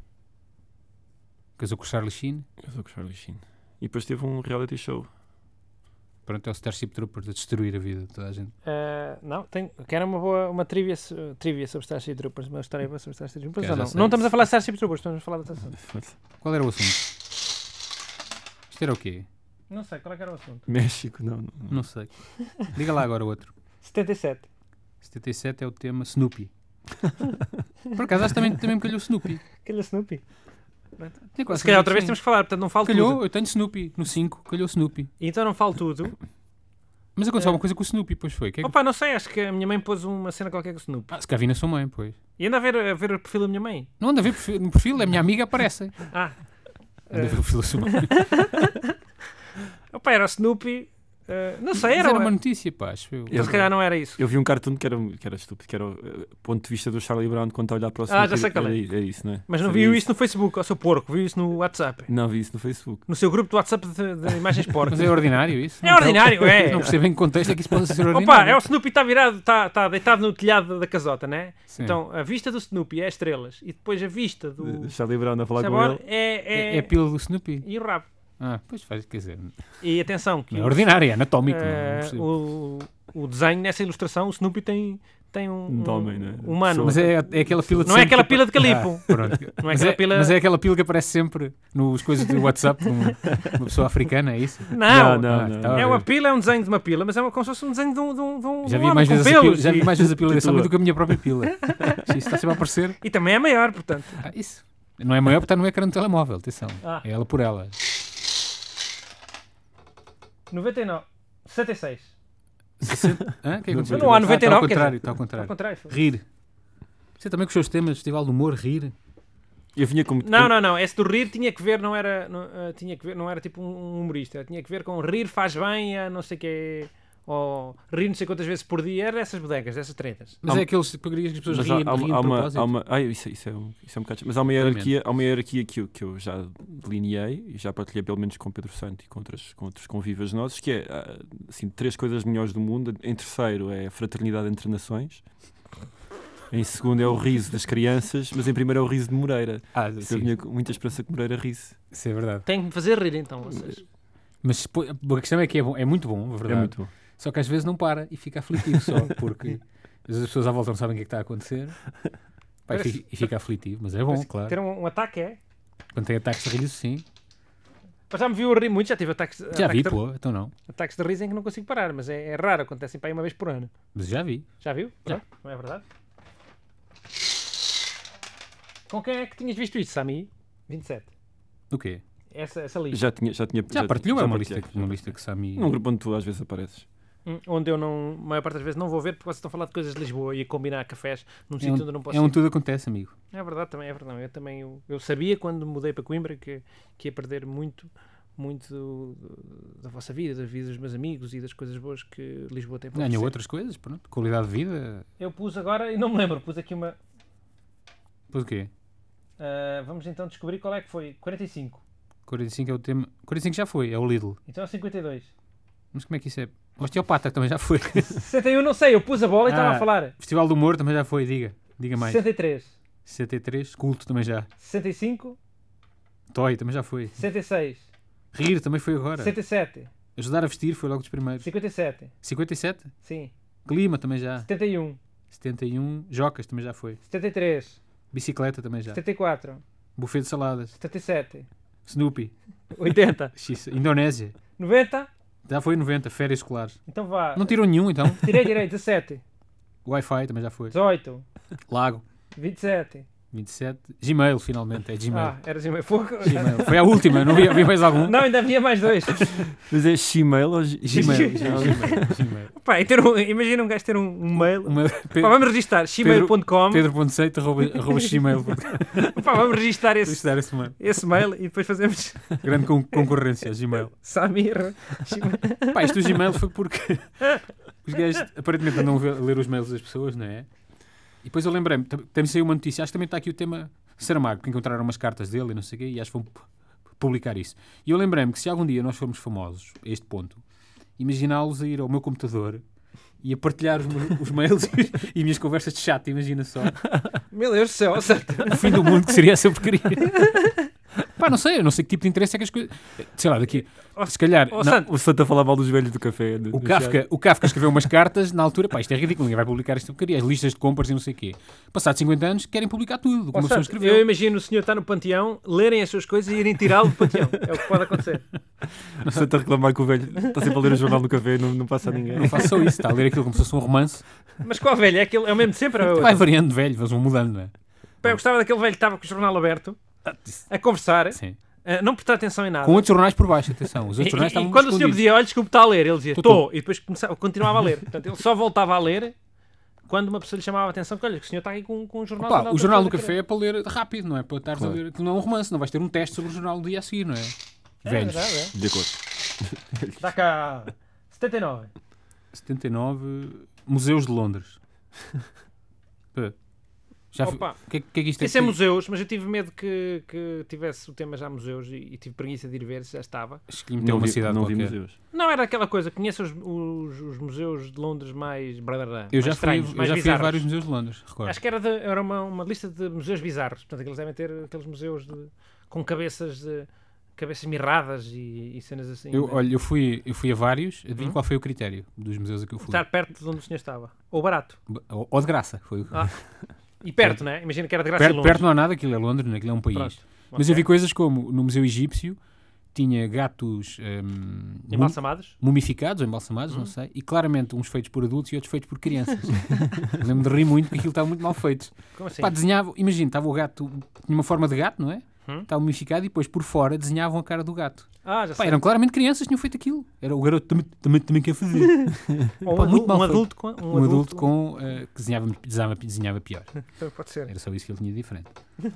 Casou com o Charlie Sheen. Casou com Charlie Sheen. E depois teve um reality show. Pronto, é o Starship Troopers a destruir a vida de toda a gente. Não, quero uma trivia sobre Starship Troopers, uma história boa sobre Starship Troopers Já ou não? sei. Não estamos a falar de Starship Troopers, estamos a falar de assunto. Qual era o assunto? Isto era o quê? Não sei, qual é que era o assunto? México, não. Não sei. Diga lá agora o outro. 77. 77 é o tema Snoopy. Por acaso, acho que também me calhou Snoopy. Calhou Snoopy. Tem quase Se calhar outra vez sim. temos que falar, portanto não falo Calhou, tudo. eu tenho Snoopy. No 5, calhou Snoopy. Então não falo tudo. Mas aconteceu alguma coisa com o Snoopy, pois foi. Que é que... Opa, não sei, acho que a minha mãe pôs uma cena qualquer com o Snoopy. Se calhar vi na sua mãe, pois. E anda a ver o perfil da minha mãe. Não anda a ver no perfil, é a minha amiga, aparece. Ah. Anda a ver o perfil da sua mãe. Opa, era o Snoopy. Não sei, Mas era era uma notícia, pá, acho eu. Se calhar não era isso. Eu vi um cartoon que era estúpido, que era o ponto de vista do Charlie Brown quando está a olhar para o Já sei qual é. É isso, não é? Mas não Sabia viu isso no Facebook, ao seu porco, viu isso no WhatsApp. Não, vi isso no Facebook. No seu grupo do WhatsApp de imagens porcas. Mas é ordinário isso? É ordinário, é. Não percebo em que contexto é que isso pode ser ordinário. Opa, é o Snoopy está virado, está deitado no telhado da casota, né? Sim. Então a vista do Snoopy é estrelas e depois a vista do Charlie Brown a falar com Sabor ele. é É a pila do Snoopy? e o rabo. Pois faz, quer dizer, E atenção, que não é ordinário, é anatómico. Não percebo. o desenho nessa ilustração, o Snoopy tem um De homem, né? humano. Mas é aquela pila de Não é sempre aquela que- pila de calipo. Pronto. Não é aquela pila... Mas é aquela pila que aparece sempre nos coisas do WhatsApp de uma pessoa africana, é isso? Não, Não. estava é a uma ver. pila, é um desenho de uma pila, mas é como se fosse um desenho de um Já vi homem mais com vezes a pila, pelos já vi e- mais vezes a pila desse tua. homem do que a minha própria pila. Isto está sempre a aparecer. E também é maior, portanto. Isso. Não é maior porque está no ecrã do telemóvel, atenção. É ela por ela. 99. 66. Hã? O que é que aconteceu? Não há 99, Está ao quer contrário, dizer, está ao Ao contrário. contrário. foi. Rir. Você também com os seus temas, festival de humor, rir. Eu vinha com... Não. Esse do rir tinha que ver, não era tipo um humorista. Tinha que ver com rir faz bem a não sei o quê. Ou rir não sei quantas vezes por dia. Era essas bodecas, dessas tretas. Mas é aqueles pagarias que as pessoas Mas riem de propósito. isso é um bocado... Mas há uma hierarquia que eu já delineei e já partilhei pelo menos com o Pedro Santo e com outros convivas nossos, que é, assim, 3 coisas melhores do mundo. Em terceiro é a fraternidade entre nações. Em segundo é o riso das crianças, mas em primeiro é o riso de Moreira. Eu Sim, vinha com muita esperança que Moreira risse. isso é verdade. Tem que me fazer rir então, vocês. Mas a questão é que é muito bom, a verdade. É muito bom. Só que às vezes não para e fica aflitivo só, porque as pessoas à volta não sabem o que é que está a acontecer. Pá, e fica aflitivo, mas é bom, claro. Ter um ataque é. Quando tem ataques de riso, sim. Mas já me viu a rir muito, já tive ataques Então não. ataques de riso em que não consigo parar, mas é raro, acontecem para aí uma vez por ano. Mas já vi. Já viu? Já. Pronto, não é verdade? Com quem é que tinhas visto isto, Sami? 27. O quê? Essa lista. Já partilhou, é uma partilhei. lista que Sami... Num grupo onde tu às vezes apareces. Onde eu não, a maior parte das vezes não vou ver porque vocês estão a falar de coisas de Lisboa e a combinar cafés num sítio onde eu não posso É ir. onde tudo acontece, amigo. É verdade, também é verdade. Eu sabia quando mudei para Coimbra que ia perder muito da vossa vida, da vida dos meus amigos e das coisas boas que Lisboa tem para Ganha oferecer. outras coisas, pronto. Qualidade de vida. Eu pus agora, e não me lembro, pus aqui uma... Pois o quê? Vamos então descobrir qual é que foi. 45. 45 é o tema... 45 já foi, é o Lidl. Então é 52. Mas como é que isso é? O Osteopata também já foi. 61, não sei, eu pus a bola e estava a falar. Festival do Humor também já foi, diga mais. 63. 63, Culto também já. 65. Toy também já foi. 66. Rir também foi agora. 67. Ajudar a vestir foi logo dos primeiros. 57. 57, Sim. Clima também já. 71. 71, Jocas também já foi. 73. Bicicleta também já. 74. Buffet de saladas. 77. Snoopy. 80. Indonésia. 90? Já foi 90, férias escolares. Então vá. Não tirou nenhum, então. Tirei, 17. Wi-Fi também já foi. 18. Lago. 27. 27. Gmail, finalmente. É Gmail. Era Gmail. Fogo. Gmail. Foi a última, não havia mais algum? Não, ainda havia mais 2. Mas é Gmail ou Gmail. Pá, imagina um gajo ter um mail. Pá, vamos registar gmail.com. Pedro.seito@gmail. Pá, vamos registar esse mail e depois fazemos grande concorrência, Gmail. Samir. Pá, isto do Gmail foi porque os gajos aparentemente andam a ler os mails das pessoas, não é? E depois eu lembrei-me, também saiu uma notícia, acho que também está aqui o tema Saramago, que encontraram umas cartas dele e não sei o quê, e acho que vão publicar isso. E eu lembrei-me que se algum dia nós formos famosos, a este ponto, imaginá-los a ir ao meu computador e a partilhar os mails e minhas conversas de chat, imagina só. Meu Deus do céu, o fim do mundo que seria essa porcaria. Pá, eu não sei que tipo de interesse é que as coisas... Sei lá, daqui... Se calhar... O Santa falava mal dos velhos do café. O Kafka escreveu umas cartas na altura... Pá, isto é ridículo, ninguém vai publicar esta porcaria. As listas de compras e não sei o quê. Passados 50 anos, querem publicar tudo. Como a pessoa escreveu. Eu imagino o senhor estar no panteão, lerem as suas coisas e irem tirá-lo do panteão. É o que pode acontecer. O Santa a reclamar que o velho está sempre a ler o jornal do café e não passa a ninguém. Não faça só isso, está a ler aquilo como se fosse um romance. Mas qual velho? É o mesmo de sempre? Vai variando de velho, vão mudando, não é? Pá, eu gostava daquele velho que estava com o jornal aberto, a conversar. Sim. Não prestar atenção em nada. Com outros jornais por baixo, atenção. Os outros jornais estavam quando o senhor pedia, olha, desculpe, está a ler, ele dizia, estou. E depois continuava a ler. Portanto, ele só voltava a ler quando uma pessoa lhe chamava a atenção, que olha, que o senhor está aqui com um jornal. Opa, o jornal do café é para ler rápido, não é? Para estar a ler. Não é um romance, não vais ter um teste sobre o jornal do dia a seguir, não é? Velhos. De acordo. Dá cá 79. 79, Museus de Londres. O que é que isto é? Isso é museus, mas eu tive medo que tivesse o tema já museus e tive preguiça de ir ver se já estava. Escolhi meter uma cidade não qualquer. Vi museus. Não, era aquela coisa, conheço os museus de Londres mais... Eu já fui a vários museus de Londres, recordo. Acho que era uma lista de museus bizarros. Portanto, eles devem ter aqueles museus com cabeças mirradas e cenas assim. Eu fui a vários, adivinho qual foi o critério dos museus a que eu fui. Estar perto de onde o senhor estava. Ou barato. Ou de graça. Foi. E perto, não é? Imagina que era de graça e longe. Perto não há nada, aquilo é Londres, aquilo é um país. Pronto. Mas eu vi coisas como, no Museu Egípcio, tinha gatos embalsamados? Mumificados ou embalsamados, não sei, e claramente uns feitos por adultos e outros feitos por crianças. Lembro-me de rir muito porque aquilo estava muito mal feito. Como assim? Pá, desenhava, imagina, estava o gato, tinha uma forma de gato, não é? Estava mumificado e depois por fora desenhavam a cara do gato. Já sei. Eram claramente crianças que tinham feito aquilo. Era o garoto também quer fazer. Ou um adulto que desenhava pior. Pode ser. Era só isso que ele tinha de diferente.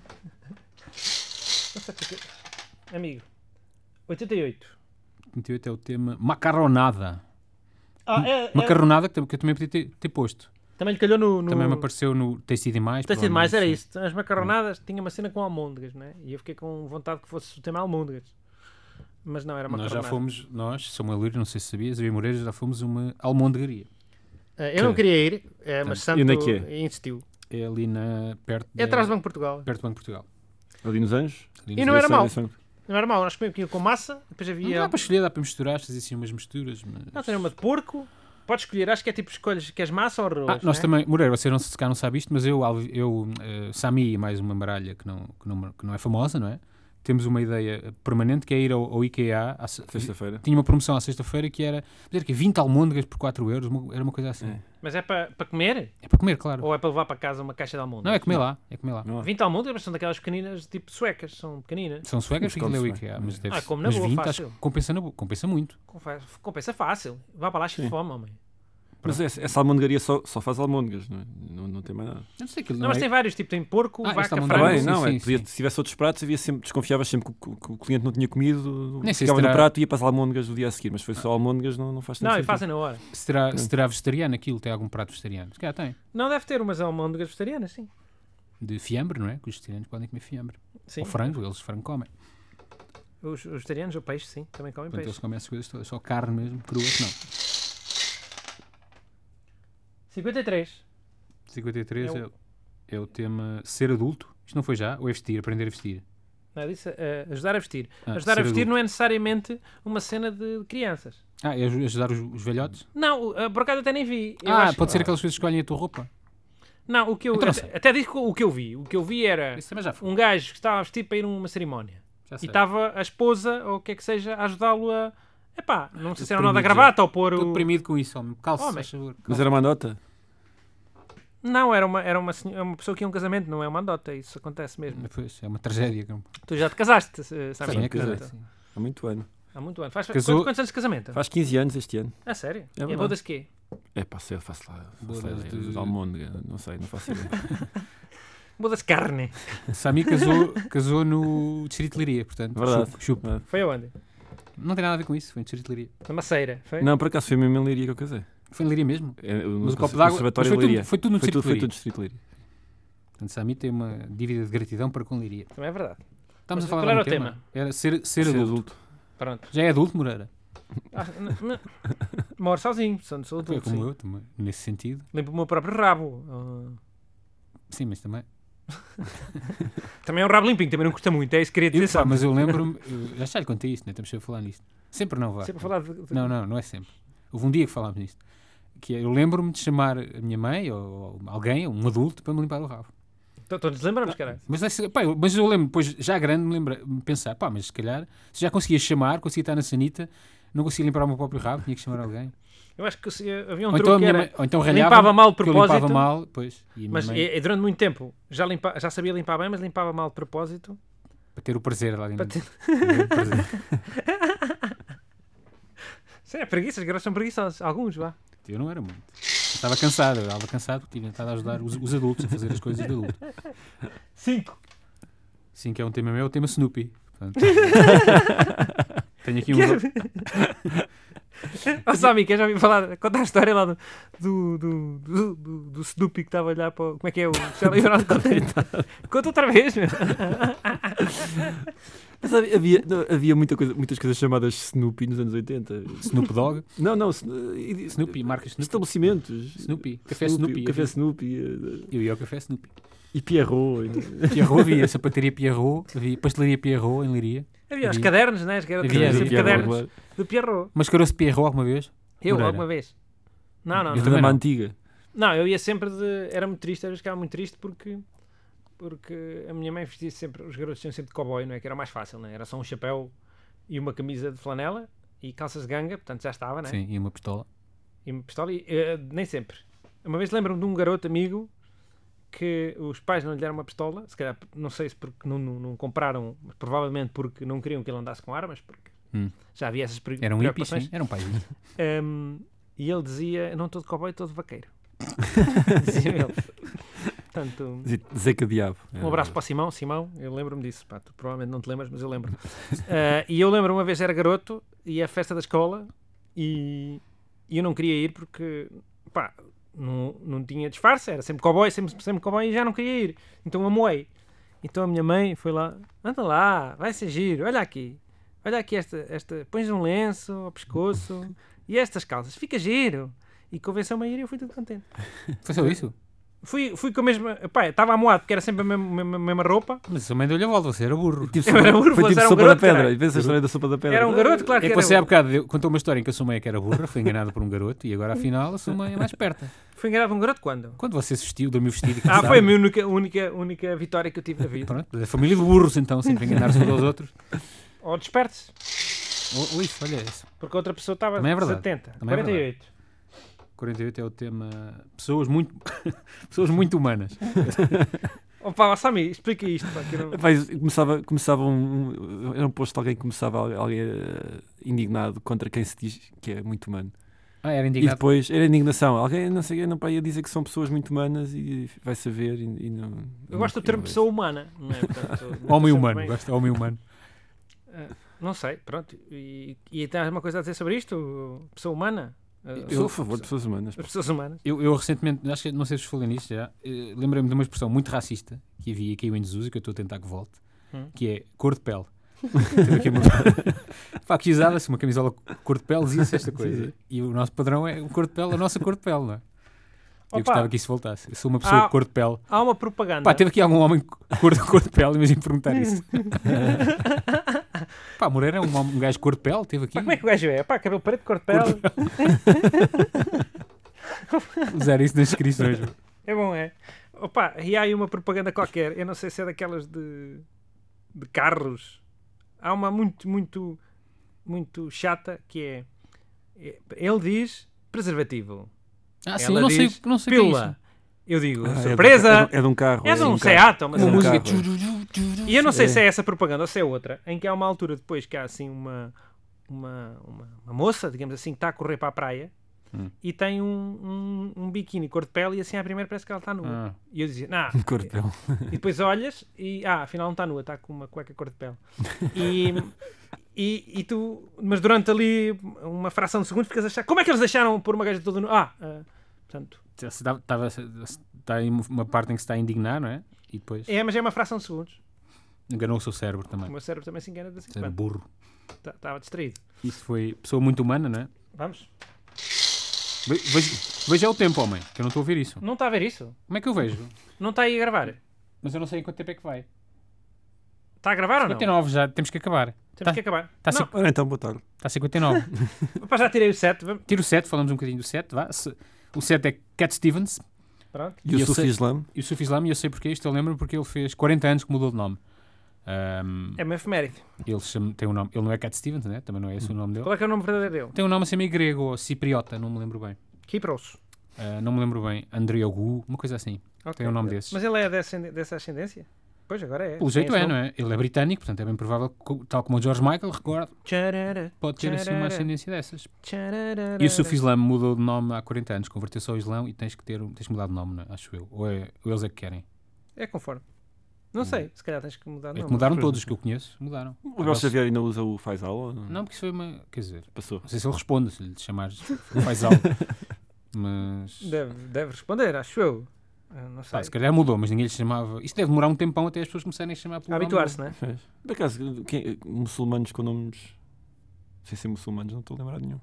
Amigo, 88. 88 é o tema macarronada. Macarronada que eu também podia ter posto. Também lhe calhou no... Também me apareceu no Tasty Demais. Tasty Demais, era isso. As macarronadas tinha uma cena com almôndegas, não é? E eu fiquei com vontade que fosse o tema almôndegas. Mas não, era macarronada. Nós já fomos, Samuel Lúrio, não sei se sabias, eu e Moreira já fomos uma almondegaria. Eu não queria ir, mas Santo insistiu. É ali perto É atrás do Banco de Portugal. Perto do Banco de Portugal. Ali nos Anjos. E não era mau. Não era mau, nós comíamos aquilo com massa, depois havia... Não dá para escolher, dá para misturar, fazer assim umas misturas. Mas... Não, tem uma de porco... Podes escolher, acho que é tipo escolhas, queres massa ou arroz? Nós também, Moreira, você não sabe isto, mas eu Sami e mais uma baralha que não é famosa, não é? Temos uma ideia permanente que é ir ao IKEA à sexta-feira. Tinha uma promoção à sexta-feira que era 20 almôndegas por 4 euros, era uma coisa assim. É. Mas é para comer? É para comer, claro. Ou é para levar para casa uma caixa de almôndegas? Não, é comer lá. 20 almôndegas, mas são daquelas pequeninas, tipo suecas, são pequeninas. São suecas, fica o IKEA. Mas como na boa, 20 fácil. Acho que compensa muito. Compensa fácil. Vá para lá cheio de fome, homem. Mas essa almôndegaria só faz almôndegas, não tem mais nada. Não sei aquilo. Não, mas tem vários, tipo, tem porco, vaca, frango. Se tivesse outros pratos, desconfiavas sempre que o cliente não tinha comido, ficava no prato e ia para as almôndegas do dia a seguir, mas foi só almôndegas, não faz sentido. Não, e fazem na hora. Se terá vegetariano aquilo, tem algum prato vegetariano? Se calhar tem. Não, deve ter umas almôndegas vegetarianas, sim. De fiambre, não é? Que os vegetarianos podem comer fiambre. Sim. Ou frango, eles frango comem. Os vegetarianos, o peixe, sim, também comem peixe. Eles comem essas coisas todas, só carne mesmo, crua, não. 53 é o tema ser adulto. Isto não foi já? Ou é vestir, aprender a vestir? Não, disse ajudar a vestir. Ajudar a vestir adulto. Não é necessariamente uma cena de crianças. É ajudar os velhotes? Não, por acaso até nem vi. Pode ser aquelas coisas que escolhem a tua roupa? Não, o que eu até digo o que eu vi. O que eu vi era um gajo que estava a vestir para ir a uma cerimónia. E estava a esposa, ou o que é que seja, a ajudá-lo a... Epá, não sei se era um nó da Deprimido gravata ou pôr Estou o... deprimido com isso, homem. Calça, Homem. faz favor. Mas era uma nota? Não, era uma pessoa que ia a um casamento, não é uma andota, isso acontece mesmo. Pois, é uma tragédia. Tu já te casaste, Sim, sabe? é casado, casei. sim. Há muito ano. Há muito ano. Faz Casou- quantos anos de casamento? Faz 15 anos este ano. Ah, sério? É E verdade. bodas de quê? É pá, sei, faço lá. Bodas Faço lá de- de almôndega, não sei, não faço ideia. Bodas de carne. Sami casou no Distrito de Leiria, portanto, Verdade. chupa. É. Foi aonde? Não tem nada a ver com isso, foi no Distrito de Leiria. Na Maceira, foi? Não, por acaso foi mesmo em Leiria que eu casei. Foi em Leiria mesmo? No Mas o copo d'água Conservatório mas de Leiria. foi tudo no Distrito de Foi Leiria. tudo Distrito de Leiria. Portanto, Sami tem uma dívida de gratidão para com Leiria. Também é verdade. Estamos Mas a falar qual era de o um tema? Era ser Ser adulto. Pronto. Já é adulto, Moreira? Moro sozinho, sou Foi adulto, como sim. eu também, nesse sentido. Limpo o meu próprio rabo. Sim, mas também. Também é um rabo limpinho, também não custa muito, é isso que queria dizer. Pá, mas eu lembro-me, já lhe contei isto, né? Estamos sempre a falar nisto. Sempre não, vá. Sempre a falar de... Não é sempre. Houve um dia que falámos nisto. Que eu lembro-me de chamar a minha mãe ou alguém, um adulto, para me limpar o rabo. Todos lembramos, caralho. Mas eu lembro, depois, já grande, me pensar, pá, mas se calhar, se já conseguia chamar, conseguia estar na sanita, não conseguia limpar o meu próprio rabo, tinha que chamar alguém. Eu acho que havia um Ou então, truque que era... ou então ralhava, limpava mal de que eu limpava propósito, mal, pois, e a minha mas mãe, durante muito tempo já sabia limpar bem, mas limpava mal de propósito. para ter o prazer lá Para dentro. ter- O prazer. Sim, é preguiça, os garotos são preguiçosos. Alguns, vá. Eu não era muito. Eu estava cansado porque tinha estado a ajudar os adultos a fazer as coisas de adulto. 5. Sim, que é um tema meu, é o tema Snoopy. Portanto, tenho aqui um... Ó Sami, quer já ouvir falar, contar a história lá do Snoopy que estava a olhar para o... Como é que é o Charlie Brown? Conta outra vez, meu. Mas havia muitas coisas chamadas Snoopy nos anos 80. Snoop Dogg, Não, Snoopy, marca Snoopy. estabelecimentos. Snoopy, café Snoopy. Café Snoopy. Eu ia ao café Snoopy. E Pierrot. Pierrot, havia sapataria Pierrot, havia pastelaria Pierrot em Leiria. Havia os Havia. cadernos, né? Os garotos Havia, tinham sempre havia. cadernos do Pierrot. Mascarou-se Pierrot alguma vez? Eu, Moreira. alguma vez. Não. Eu Não, também Uma não. antiga. não, eu ia sempre de... Era muito triste, às vezes ficava muito triste porque a minha mãe vestia sempre... Os garotos tinham sempre de cowboy, não é? Que era mais fácil, não é? Era só um chapéu e uma camisa de flanela e calças de ganga, portanto já estava, não é? Sim, e uma pistola. E uma pistola e... nem sempre. Uma vez lembro-me de um garoto amigo que os pais não lhe deram uma pistola, se calhar, não sei se porque não compraram, mas provavelmente porque não queriam que ele andasse com armas, porque já havia essas Era um hippie, preocupações. sim. Era um pai. E ele dizia, eu não estou de cowboy, estou de vaqueiro. Dizia ele. Portanto, Zeca Diabo. um abraço para o Simão. Simão, eu lembro-me disso. Pá, tu provavelmente não te lembras, mas eu lembro. E eu lembro uma vez era garoto, ia à festa da escola e eu não queria ir porque, pá, não tinha disfarce, era sempre cowboy e já não queria ir. Então amoei. Então a minha mãe foi lá, anda lá, vai ser giro, olha aqui esta, pões um lenço ao pescoço e estas calças, fica giro. E convenceu-me a ir e eu fui tudo contente. Foi só isso? Fui com a mesma, pá, estava amoado porque era sempre a mesma roupa. Mas a sua mãe deu-lhe a volta, você era burro. Eu era burro, Foi mas tipo era um sopa da garoto, pedra. caralho. E pensa a história da sopa da pedra. Era um garoto, claro É que que você há era. bocado contou uma história em que a sua mãe é que era burra, foi enganada por um garoto e agora afinal a sua mãe é mais esperta. Foi enganado um garoto quando? Quando você se vestiu, dormiu vestido e Ah, cansado. foi a minha única vitória que eu tive na vida. Pronto, a família de burros então, sempre enganar-se uns aos outros. Ou despertes, Ou isso, olha isso. porque a outra pessoa estava Também é verdade. 70, Também é 48. 48 é o tema pessoas muito humanas. Opa, Sami, explica isto. Pá, que eu não... Rapaz, começava era um posto de alguém que começava alguém indignado contra quem se diz que é muito humano. Ah, era E indignado. depois era indignação. Alguém, não sei, não ia dizer que são pessoas muito humanas e vai saber. E não, Eu gosto do termo pessoa humana. Não é? Portanto, não estou Homem sempre humano, bem. gosto de homem humano. Não sei, pronto. E tens alguma coisa a dizer sobre isto? Pessoa humana? Eu sou a favor de pessoas humanas. As pessoas humanas? Eu recentemente, acho que não sei se vos falei nisso já, lembrei-me de uma expressão muito racista que havia e caiu em desuso e que eu estou a tentar que volte, que é cor de pele. Teve aqui uma... Pá, que usava-se uma camisola cor de pele, dizia-se esta coisa. Sim. E o nosso padrão é o cor de pele, a nossa cor de pele, não é? Eu Opa. gostava que isso voltasse. Eu sou uma pessoa de cor de pele. Há uma propaganda. Pá, teve aqui algum homem cor de pele, imagina perguntar isso. Pá, Moreira é um gajo cor de pele, teve aqui. Pá, como é que o gajo é? Pá, cabelo preto, cor de pele. Usar isso nas descrições. É bom, é? Opa, e há aí uma propaganda qualquer. Eu não sei se é daquelas de carros há uma muito chata que é... Ele diz preservativo. Sim, Ela eu não sei diz o que é isso. pílula. Eu digo, surpresa! É de um carro. É de um Seat. Uma música. E eu não sei se é essa propaganda ou se é outra, em que há uma altura depois que há assim uma moça, digamos assim, que está a correr para a praia e tem um biquíni cor de pele e assim à primeira parece que ela está nua. E eu dizia, Cor de pele. E depois olhas e afinal não está nua, está com uma cueca cor de pele. E tu, mas durante ali uma fração de segundos ficas a achar, como é que eles deixaram pôr uma gaja toda nua? Portanto... Está aí uma parte em que se está a indignar, não é? E depois... mas é uma fração de segundos. Enganou o seu cérebro também. O meu cérebro também se engana de assim. Era burro. Estava distraído. Isso foi pessoa muito humana, não é? Vamos. Veja o tempo, homem, que eu não estou a ver isso. Não está a ver isso? Como é que eu vejo? Não está aí a gravar? Mas eu não sei em quanto tempo é que vai. Está a gravar ou não? 59, já temos que acabar. Temos que acabar. Ora, então, boa tarde. Está 59. Já tirei o 7. Tira o 7, falamos um bocadinho do 7. Vá. O 7 é Cat Stevens. Pronto. E o Sufi Islam. E o Sufi Islam, e eu sei porque isto, eu lembro porque ele fez 40 anos que mudou de nome. É uma efeméride. Tem um nome, ele não é Cat Stevens, né? Também não é esse o nome dele. Qual é que é o nome verdadeiro dele? Tem um nome assim meio grego, ou cipriota, não me lembro bem. Kipros. Não me lembro bem. Andreogu, uma coisa assim. Okay. Tem um nome desses. Mas ele é dessa ascendência? Pois, agora é. Pelo jeito é, não é? Ele é britânico, portanto é bem provável que, tal como o George Michael, recordo, pode ter assim uma ascendência dessas. E o Sufi Islam mudou de nome há 40 anos, converteu-se ao Islão e tens que mudar de nome, não é? Acho eu. Ou eles é que querem. É conforme. Não sei, se calhar tens que mudar de nome. É que mudaram todos os que eu conheço, mudaram. O Abel Xavier ainda usa o Faisal? Ou... Não, porque isso foi uma... Quer dizer, passou. Não sei se ele responde, se lhe chamares Faisal. Mas... Deve responder, acho eu. Não sei. Se calhar mudou, mas ninguém lhe chamava... Isto deve demorar um tempão até as pessoas começarem a chamar pelo nome. Habituar-se, não é? Por acaso, muçulmanos com nomes... Sem ser muçulmanos, não estou a lembrar de nenhum.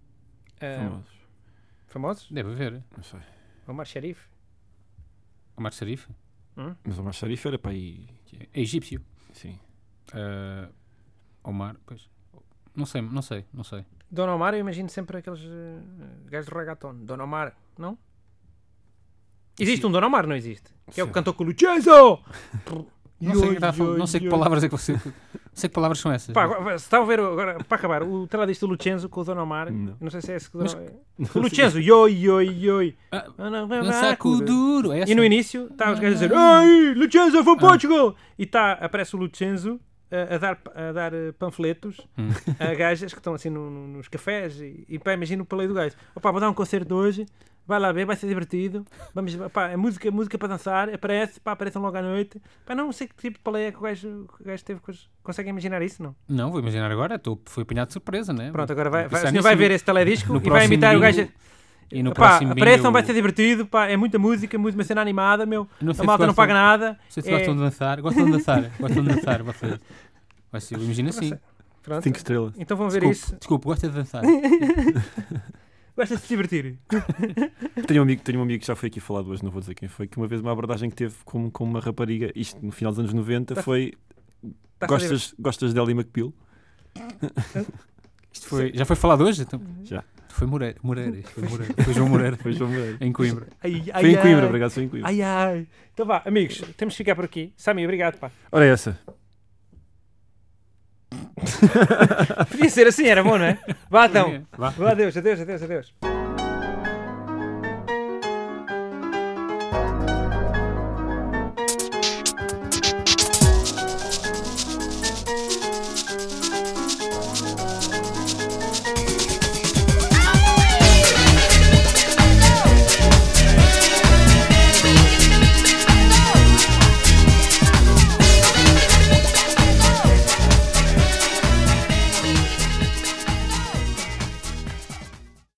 Famosos? Deve haver. Não sei. Omar Sharif. Omar Sharif? Mas o Omar Sharif era para aí... É egípcio. Sim. Omar, pois... Não sei. Don Omar, eu imagino sempre aqueles gajos de reggaeton. Don Omar, não? Existe um Don Omar, não existe? Que é o que cantou com o Lucenzo! Não sei que palavras é que você... Não sei que palavras são essas. Pá, se está a ver agora, para acabar, o teledista do Lucenzo com o Don Omar, não sei se é esse que... O Lucenzo, ioi. Saco duro. É e no início está os gajos a dizer ei, Lucenzo from Portugal! E aparece o Lucenzo a dar panfletos a gajas que estão assim nos cafés e pá, imagina o paleio do gajo. Opa, vou dar um concerto hoje, vai lá ver, vai ser divertido. Vamos, pá, é música para dançar, aparecem logo à noite. Pá, não sei que tipo de paleio é que o gajo teve. Conseguem imaginar isso, não? Não, vou imaginar agora, fui apanhado de surpresa, né? Pronto, agora o senhor vai ver esse teledisco e vai imitar o gajo. E no pá, próximo apareçam, vai ser divertido, pá, é muita música, uma cena animada, meu. A malta não paga nada. Não sei se gostam de dançar. Gostam de dançar, vocês. Vai ser, imagina assim. Pronto. 5 estrelas. Então vão ver isso. Desculpa, gosta de dançar. Gosta de se divertir. Tenho um amigo que já foi aqui falado hoje, não vou dizer quem foi, que uma vez uma abordagem que teve com uma rapariga, isto no final dos anos 90, foi gostas de Ellie McBeal? Já foi falado hoje? Então, já. Foi Moreira. Foi João Moreira. Em Coimbra. Foi em Coimbra, obrigado, foi em Coimbra. Então vá, amigos, temos que ficar por aqui. Sami, obrigado, pá. Ora essa. Podia ser assim, era bom, não é? Vá então. Vá. Adeus.